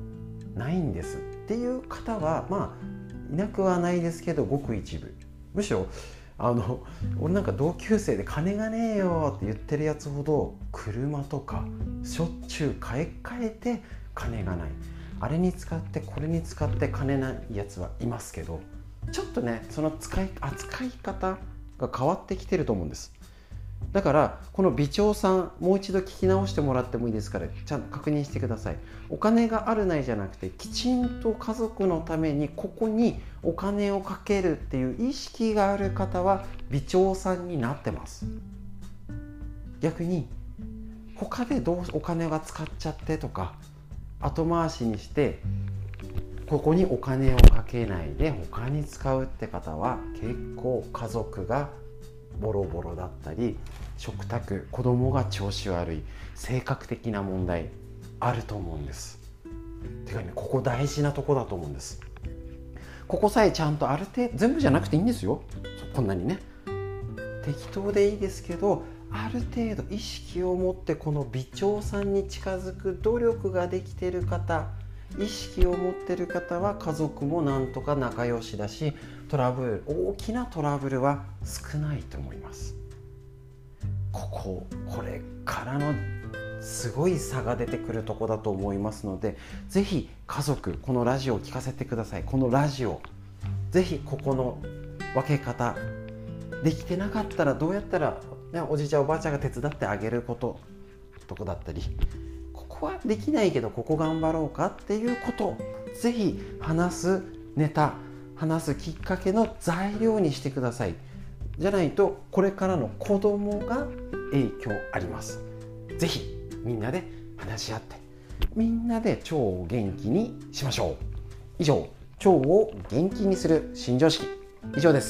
[SPEAKER 1] ないんですっていう方はいなくはないですけど、ごく一部。むしろ俺なんか同級生で金がねえよって言ってるやつほど車とかしょっちゅう買い替えて金がない、あれに使ってこれに使って金ないやつはいますけど、ちょっとねその扱い方が変わってきてると思うんです。だからこの微調さん、もう一度聞き直してもらってもいいですから、ちゃんと確認してください。お金があるないじゃなくて、きちんと家族のためにここにお金をかけるっていう意識がある方は微調さんになってます。逆に他でどうお金が使っちゃってとか後回しにしてここにお金をかけないで他に使うって方は結構家族がボロボロだったり、食卓、子供が調子悪い、性格的な問題あると思うんです。てかね、ここ大事なとこだと思うんです。ここさえちゃんとある程度、全部じゃなくていいんですよ、こんなにね適当でいいですけど、ある程度意識を持ってこの微調さんに近づく努力ができている方、意識を持っている方は家族もなんとか仲良しだし、大きなトラブルは少ないと思います。これからのすごい差が出てくるとこだと思いますので、ぜひ家族このラジオを聞かせてください。このラジオぜひここの分け方できてなかったら、どうやったら、おじいちゃんおばあちゃんが手伝ってあげることとかだったり、ここはできないけどここ頑張ろうかっていうことをぜひ話すネタ、話すきっかけの材料にしてください。じゃないとこれからの子供が影響あります。ぜひみんなで話し合って、みんなで腸を元気にしましょう。以上、腸を元気にする新常識、以上です。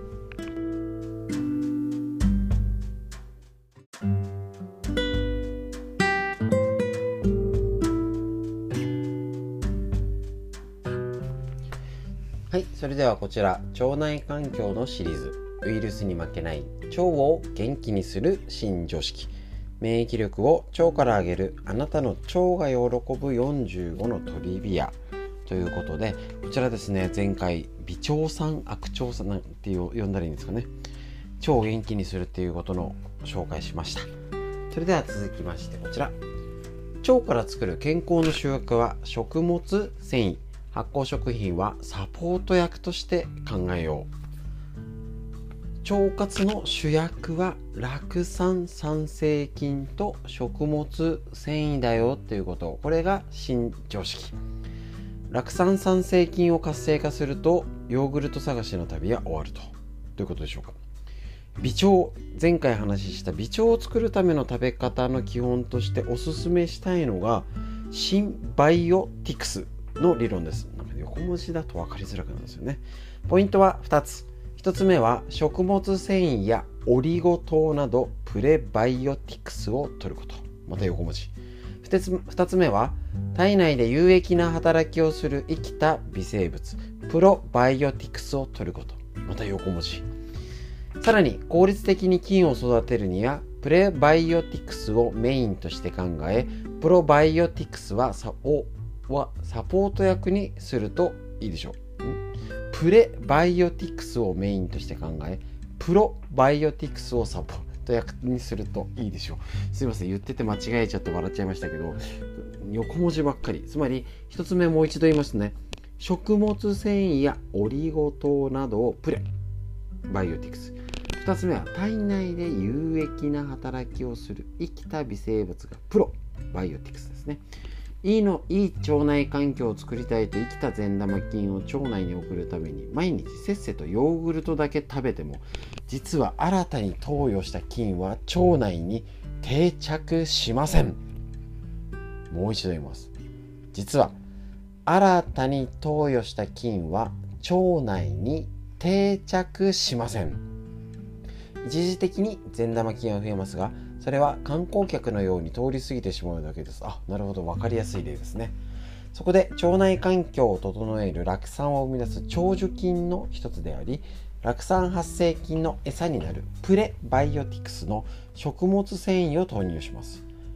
[SPEAKER 1] はい、それではこちら腸内環境のシリーズ、ウイルスに負けない腸を元気にする新常識、免疫力を腸から上げるあなたの腸が喜ぶ45のトリビアということで、こちらですね、前回微腸酸、悪腸酸なんて呼んだらいいんですかね、腸を元気にするっていうことの紹介しました。それでは続きまして、こちら腸から作る健康の主役は食物繊維、発酵食品はサポート役として考えよう。腸活の主役は酪酸産生菌と食物繊維だよということ、これが新常識。酪酸産生菌を活性化するとヨーグルト探しの旅は終わると。どういうことでしょうか。微腸、前回話した微腸を作るための食べ方の基本としておすすめしたいのがシンバイオティクスの理論です。なんか横文字だと分かりづらくなるんですよね。ポイントは2つ。1つ目は食物繊維やオリゴ糖などプレバイオティクスを取ること。また横文字。2つ目は体内で有益な働きをする生きた微生物プロバイオティクスを取ること。また横文字。さらに効率的に菌を育てるにはプレバイオティクスをメインとして考え、プロバイオティクスはサポート役にするといいでしょう。プレバイオティクスをメインとして考え、プロバイオティクスをサポート役にするといいでしょう。すいません、言ってて間違えちゃって笑っちゃいましたけど、横文字ばっかり。つまり一つ目、もう一度言いますね。食物繊維やオリゴ糖などをプレバイオティクス。二つ目は体内で有益な働きをする生きた微生物がプロバイオティクスですね。いい腸内環境を作りたいと生きた善玉菌を腸内に送るために毎日せっせとヨーグルトだけ食べても、実は新たに投与した菌は腸内に定着しません。もう一度言います。実は新たに投与した菌は腸内に定着しません。一時的に善玉菌は増えますが、それは観光客のように通り過ぎてしまうだけです。なるほど、分かりやすい例ですね。そこで腸内環境を整える酪酸を生み出す長寿菌の一つであり、酪酸発生菌の餌になるプレバイオティクスの食物繊維を投入します。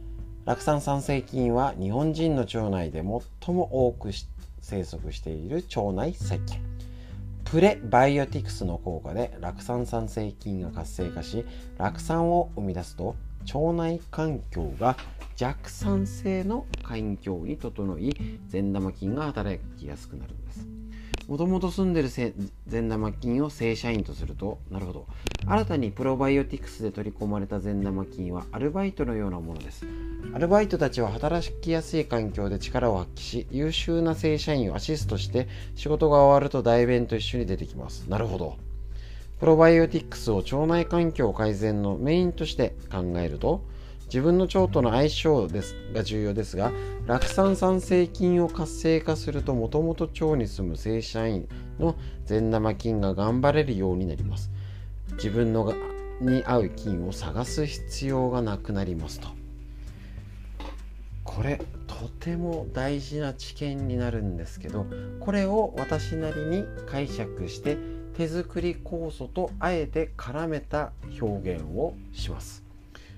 [SPEAKER 1] 酪酸産生菌は日本人の腸内で最も多く生息している腸内細菌。プレバイオティクスの効果で酪酸産生菌が活性化し、酪酸を生み出すと腸内環境が弱酸性の環境に整い、善玉菌が働きやすくなるんです。もともと住んでいる善玉菌を正社員とすると、なるほど、新たにプロバイオティクスで取り込まれた善玉菌はアルバイトのようなものです。アルバイトたちは働きやすい環境で力を発揮し、優秀な正社員をアシストして仕事が終わると代弁と一緒に出てきます。なるほど。プロバイオティクスを腸内環境改善のメインとして考えると、自分の腸との相性が重要ですが、酪酸産生菌を活性化すると、もともと腸に住む正社員の善玉菌が頑張れるようになります。自分に合う菌を探す必要がなくなりますと。これとても大事な知見になるんですけど、これを私なりに解釈して手作り酵素とあえて絡めた表現をします。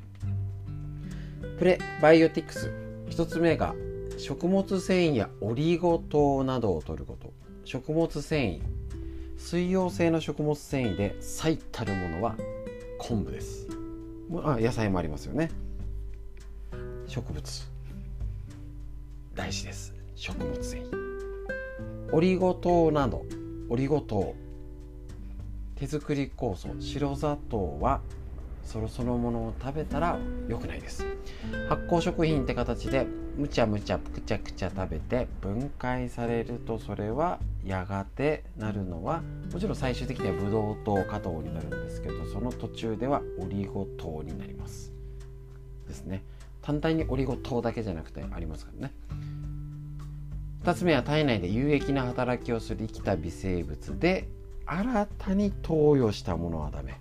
[SPEAKER 1] プレバイオティクス、一つ目が食物繊維やオリゴ糖などを摂ること。食物繊維、水溶性の食物繊維で最たるものは昆布です。野菜もありますよね。植物大事です。食物繊維、オリゴ糖など、オリゴ糖、手作り酵素、白砂糖はそのものを食べたら良くないです。発酵食品って形でむちゃくちゃ食べて分解されると、それはやがてなるのは、もちろん最終的にはブドウ糖、果糖になるんですけど、その途中ではオリゴ糖になりますですね。単体にオリゴ糖だけじゃなくてありますからね。2つ目は体内で有益な働きをする生きた微生物で新たに投与したものはダメ。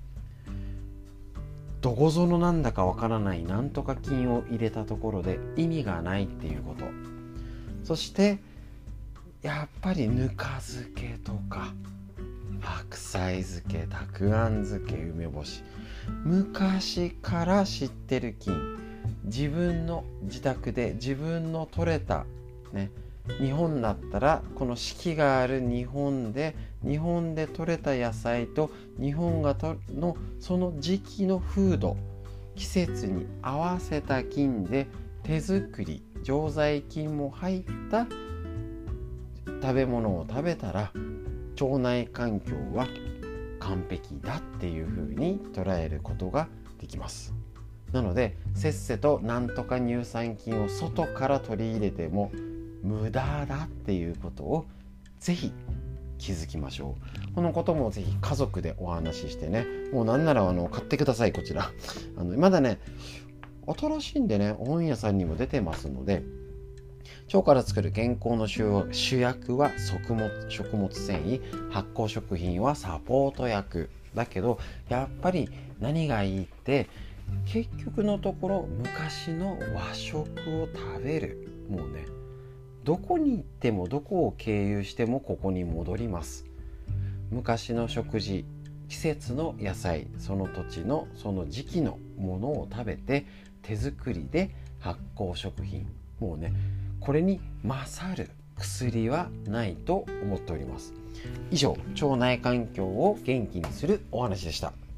[SPEAKER 1] どこぞのなんだかわからないなんとか菌を入れたところで意味がないっていうこと。そしてやっぱりぬか漬けとか白菜漬け、たくあん漬け、梅干し、昔から知ってる菌、自分の自宅で自分の採れたね、日本だったらこの四季がある日本で採れた野菜と日本のその時期の風土、季節に合わせた菌で手作り、常在菌も入った食べ物を食べたら腸内環境は完璧だっていうふうに捉えることができます。なのでせっせとなんとか乳酸菌を外から取り入れても無駄だっていうことをぜひ気づきましょう。このこともぜひ家族でお話ししてね、もうなんなら買ってください。こちらまだね新しいんでね、本屋さんにも出てますので、腸から作る健康の主役は食物繊維、発酵食品はサポート役だけど、やっぱり何がいいって結局のところ昔の和食を食べる。もうね、どこに行ってもどこを経由してもここに戻ります。昔の食事、季節の野菜、その土地のその時期のものを食べて、手作りで発酵食品、もうねこれに勝る薬はないと思っております。以上、腸内環境を元気にするお話でした。